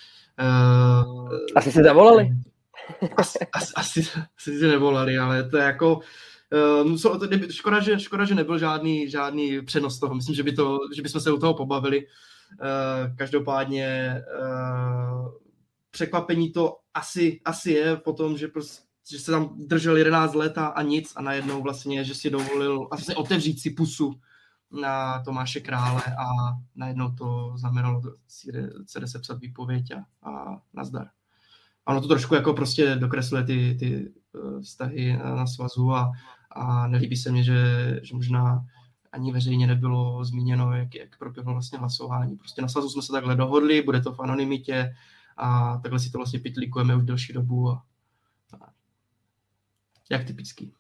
G: Asi se zavolali?
H: Asi, asi, asi, asi se nevolali, ale to je jako Um, so, to, škoda, že, škoda, že nebyl žádný, žádný přenos toho. Myslím, že, by to, že bychom se u toho pobavili. Uh, každopádně uh, překvapení to asi, asi je po tom, že, prostě, že se tam držel jedenáct let a, a nic a najednou vlastně, že si dovolil asi otevřít si pusu na Tomáše Krále a najednou to znamenalo, že se jde sepsat výpověď a, a nazdar. Ano, to trošku jako prostě dokresluje ty, ty vztahy na svazu a, a nelíbí se mně, že, že možná ani veřejně nebylo zmíněno, jak, jak proběhlo vlastně hlasování. Prostě na svazu jsme se takhle dohodli, bude to v anonymitě a takhle si to vlastně pitlíkujeme už delší dobu a, a jak typický.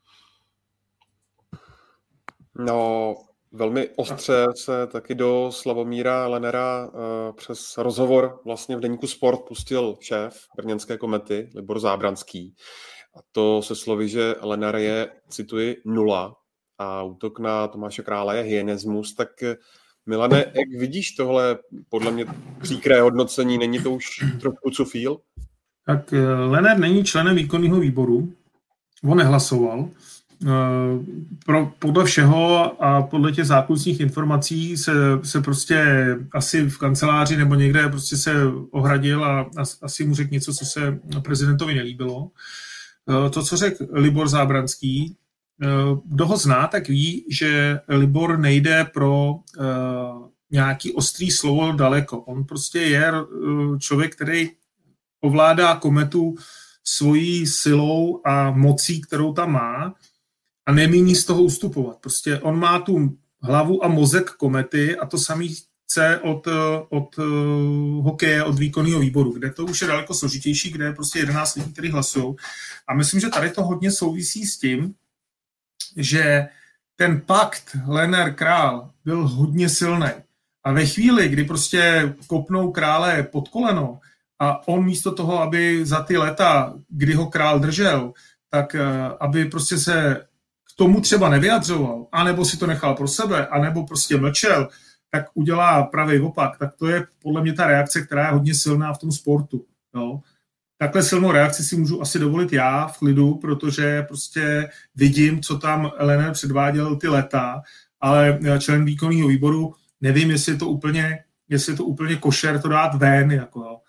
E: No, velmi ostře se taky do Slavomíra Lenera uh, přes rozhovor vlastně v deníku Sport pustil šéf brněnské Komety Libor Zábranský. A to se slovy, že Lener je, cituji, nula a útok na Tomáše Krále je hyenismus. Tak Milane, jak vidíš tohle podle mě příkré hodnocení, není to už trošku cufíl?
F: Tak Lener není členem výkonného výboru, on nehlasoval. Pro, podle všeho a podle těch zákulisních informací se, se prostě asi v kanceláři nebo někde prostě se ohradil a asi mu řekl něco, co se prezidentovi nelíbilo. To, co řekl Libor Zábranský, kdo ho zná, tak ví, že Libor nejde pro nějaký ostrý slovo daleko. On prostě je člověk, který ovládá Kometu svojí silou a mocí, kterou tam má, a nemíní z toho ustupovat. Prostě on má tu hlavu a mozek Komety a to samý chce od, od uh, hokeje, od výkonného výboru, kde to už je daleko složitější, kde je prostě jedenáct lidí, kteří hlasují. A myslím, že tady to hodně souvisí s tím, že ten pakt Lener-Král byl hodně silný. A ve chvíli, kdy prostě kopnou Krále pod koleno a on místo toho, aby za ty léta, kdy ho Král držel, tak uh, aby prostě se k tomu třeba nevyjadřoval, anebo si to nechal pro sebe, anebo prostě mlčel, tak udělá pravý opak. Tak to je podle mě ta reakce, která je hodně silná v tom sportu. Jo. Takhle silnou reakci si můžu asi dovolit já v klidu, protože prostě vidím, co tam Lener předváděl ty leta, ale člen výkonného výboru, nevím, jestli je to úplně, jestli je to úplně košer to dát ven. Jako, jo.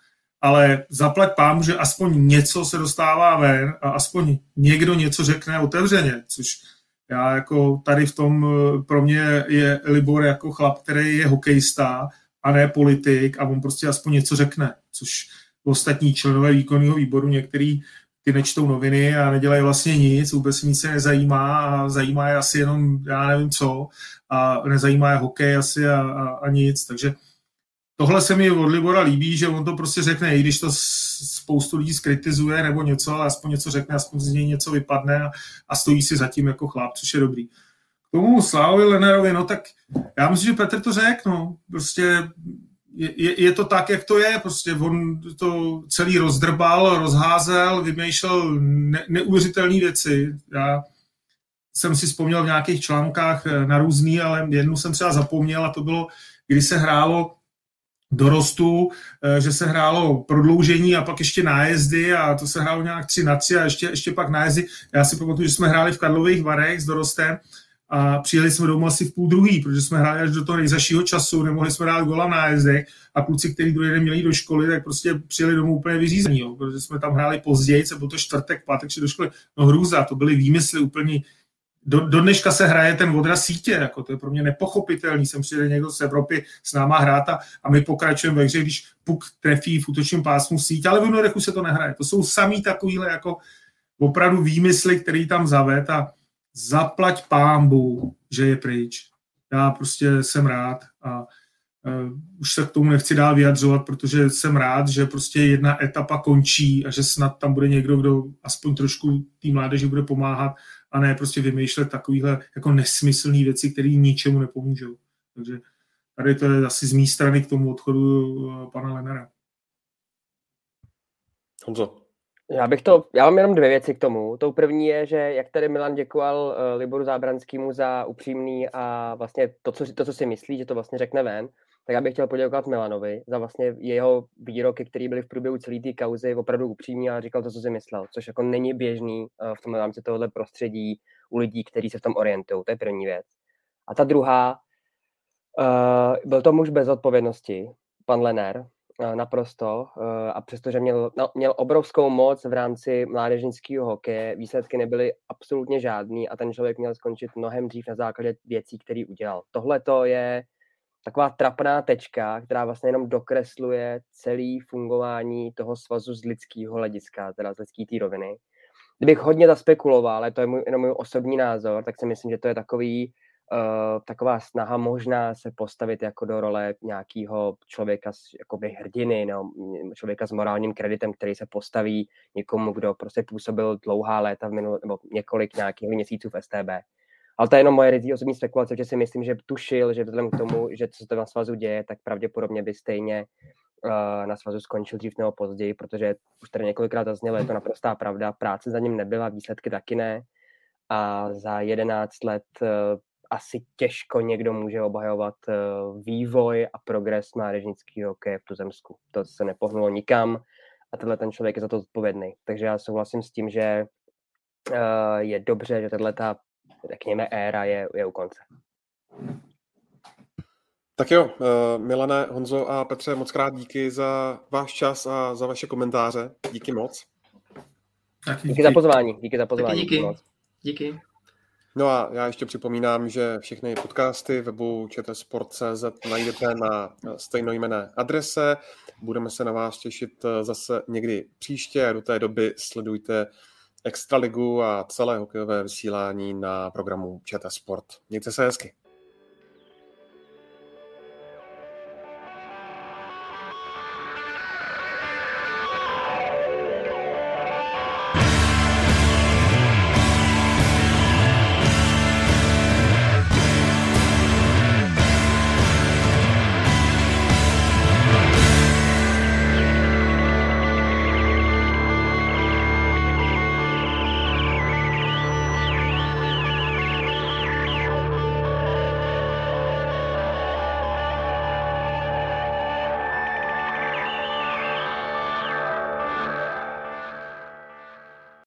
F: ale zaplať pámu, že aspoň něco se dostává ven a aspoň někdo něco řekne otevřeně, což já jako tady v tom pro mě je Libor jako chlap, který je hokejista a ne politik a on prostě aspoň něco řekne, což ostatní členové výkonného výboru některý ty nečtou noviny a nedělají vlastně nic, vůbec nic se nezajímá a zajímá je asi jenom, já nevím co, a nezajímá je hokej asi a, a, a nic, takže tohle se mi od Libora líbí, že on to prostě řekne, i když to spoustu lidí skritizuje nebo něco, ale aspoň něco řekne, aspoň z něj něco vypadne a, a stojí si zatím jako chlap, což je dobrý. K tomu Slavovi Lenerovi, no tak já myslím, že Petr to řekl, no, prostě je, je to tak, jak to je, prostě on to celý rozdrbal, rozházel, vymýšlel ne, neuvěřitelné věci. Já jsem si vzpomněl v nějakých článkách na různý, ale jednu jsem třeba zapomněl a to bylo, když se hrálo dorostu, že se hrálo prodloužení a pak ještě nájezdy a to se hrálo nějak tři na tři a ještě, ještě pak nájezdy. Já si pamatuju, že jsme hráli v Karlových Varech s dorostem a přijeli jsme domů asi v půl druhý, protože jsme hráli až do toho nejzašího času, nemohli jsme dát gola v nájezdech a kluci, kteří druhý den měli do školy, tak prostě přijeli domů úplně vyřízení, jo, protože jsme tam hráli později, a bylo to čtvrtek, pátek, šli do školy. No hrůza, to byly výmysly úplně. Do, do dneška se hraje ten odraz sítě, jako to je pro mě nepochopitelný, sem přijde někdo z Evropy s náma hrát a, a my pokračujeme ve hře, když puk trefí v útočním pásmu sítě, ale v Unorechu se to nehraje. To jsou samý takovýhle jako opravdu výmysly, který tam zaved a zaplať pánbu, že je pryč. Já prostě jsem rád a uh, už se k tomu nechci dál vyjadřovat, protože jsem rád, že prostě jedna etapa končí a že snad tam bude někdo, kdo aspoň trošku té mládeži bude pomáhat a ne prostě vymýšlet takovýhle jako nesmyslné věci, které ničemu nepomůžou. Takže tady to je asi z mé strany k tomu odchodu uh, pana Lenera.
E: Honzo.
G: Já bych to, já mám jenom dvě věci k tomu. Tou první je, že jak tady Milan děkoval uh, Liboru Zábranskýmu za upřímný a vlastně to co, to, co si myslí, že to vlastně řekne ven, tak já bych chtěl poděkovat Milanovi za vlastně jeho výroky, které byly v průběhu celé té kauzy opravdu upřímný a říkal to, co si myslel, což jako není běžný uh, v tom rámci tohohle prostředí u lidí, kteří se v tom orientují. To je první věc. A ta druhá, uh, byl to muž bez odpovědnosti, pan Lener, naprosto a přestože měl, no, měl obrovskou moc v rámci mládežnického hokeje, výsledky nebyly absolutně žádný a ten člověk měl skončit mnohem dřív na základě věcí, které udělal. Tohle to je taková trapná tečka, která vlastně jenom dokresluje celé fungování toho svazu z lidského hlediska, teda z lidské té roviny. Kdybych hodně zaspekuloval, ale to je můj, jenom můj osobní názor, tak si myslím, že to je takový Uh, taková snaha možná se postavit jako do role nějakého člověka s jakoby hrdiny, no, člověka s morálním kreditem, který se postaví někomu, kdo prostě působil dlouhá léta v minul, nebo několik nějakých měsíců v S T B. Ale to je jenom moje ryzí osobní spekulace, že si myslím, že tušil, že vzhledem k tomu, že co se to na svazu děje, tak pravděpodobně by stejně uh, na svazu skončil dřív nebo později, protože už tady několikrát zaznělo, je to naprostá pravda, práce za ním nebyla, výsledky taky ne a za jedenáct let uh, asi těžko někdo může obhajovat uh, vývoj a progres mládežnického hokeje v tuzemsku. To se nepohnulo nikam a tenhle ten člověk je za to zodpovědný. Takže já souhlasím s tím, že uh, je dobře, že tato, řekněme, éra je, je u konce.
E: Tak jo, uh, Milane, Honzo a Petře, moc krát díky za váš čas a za vaše komentáře. Díky moc.
G: Díky, díky za pozvání. Díky za pozvání.
H: Díky. Díky. díky.
E: No a já ještě připomínám, že všechny podcasty webu čtsport tečka cé zet najdete na stejnojmenné adrese. Budeme se na vás těšit zase někdy příště a do té doby sledujte Extraligu a celé hokejové vysílání na programu ČT Sport. Mějte se hezky.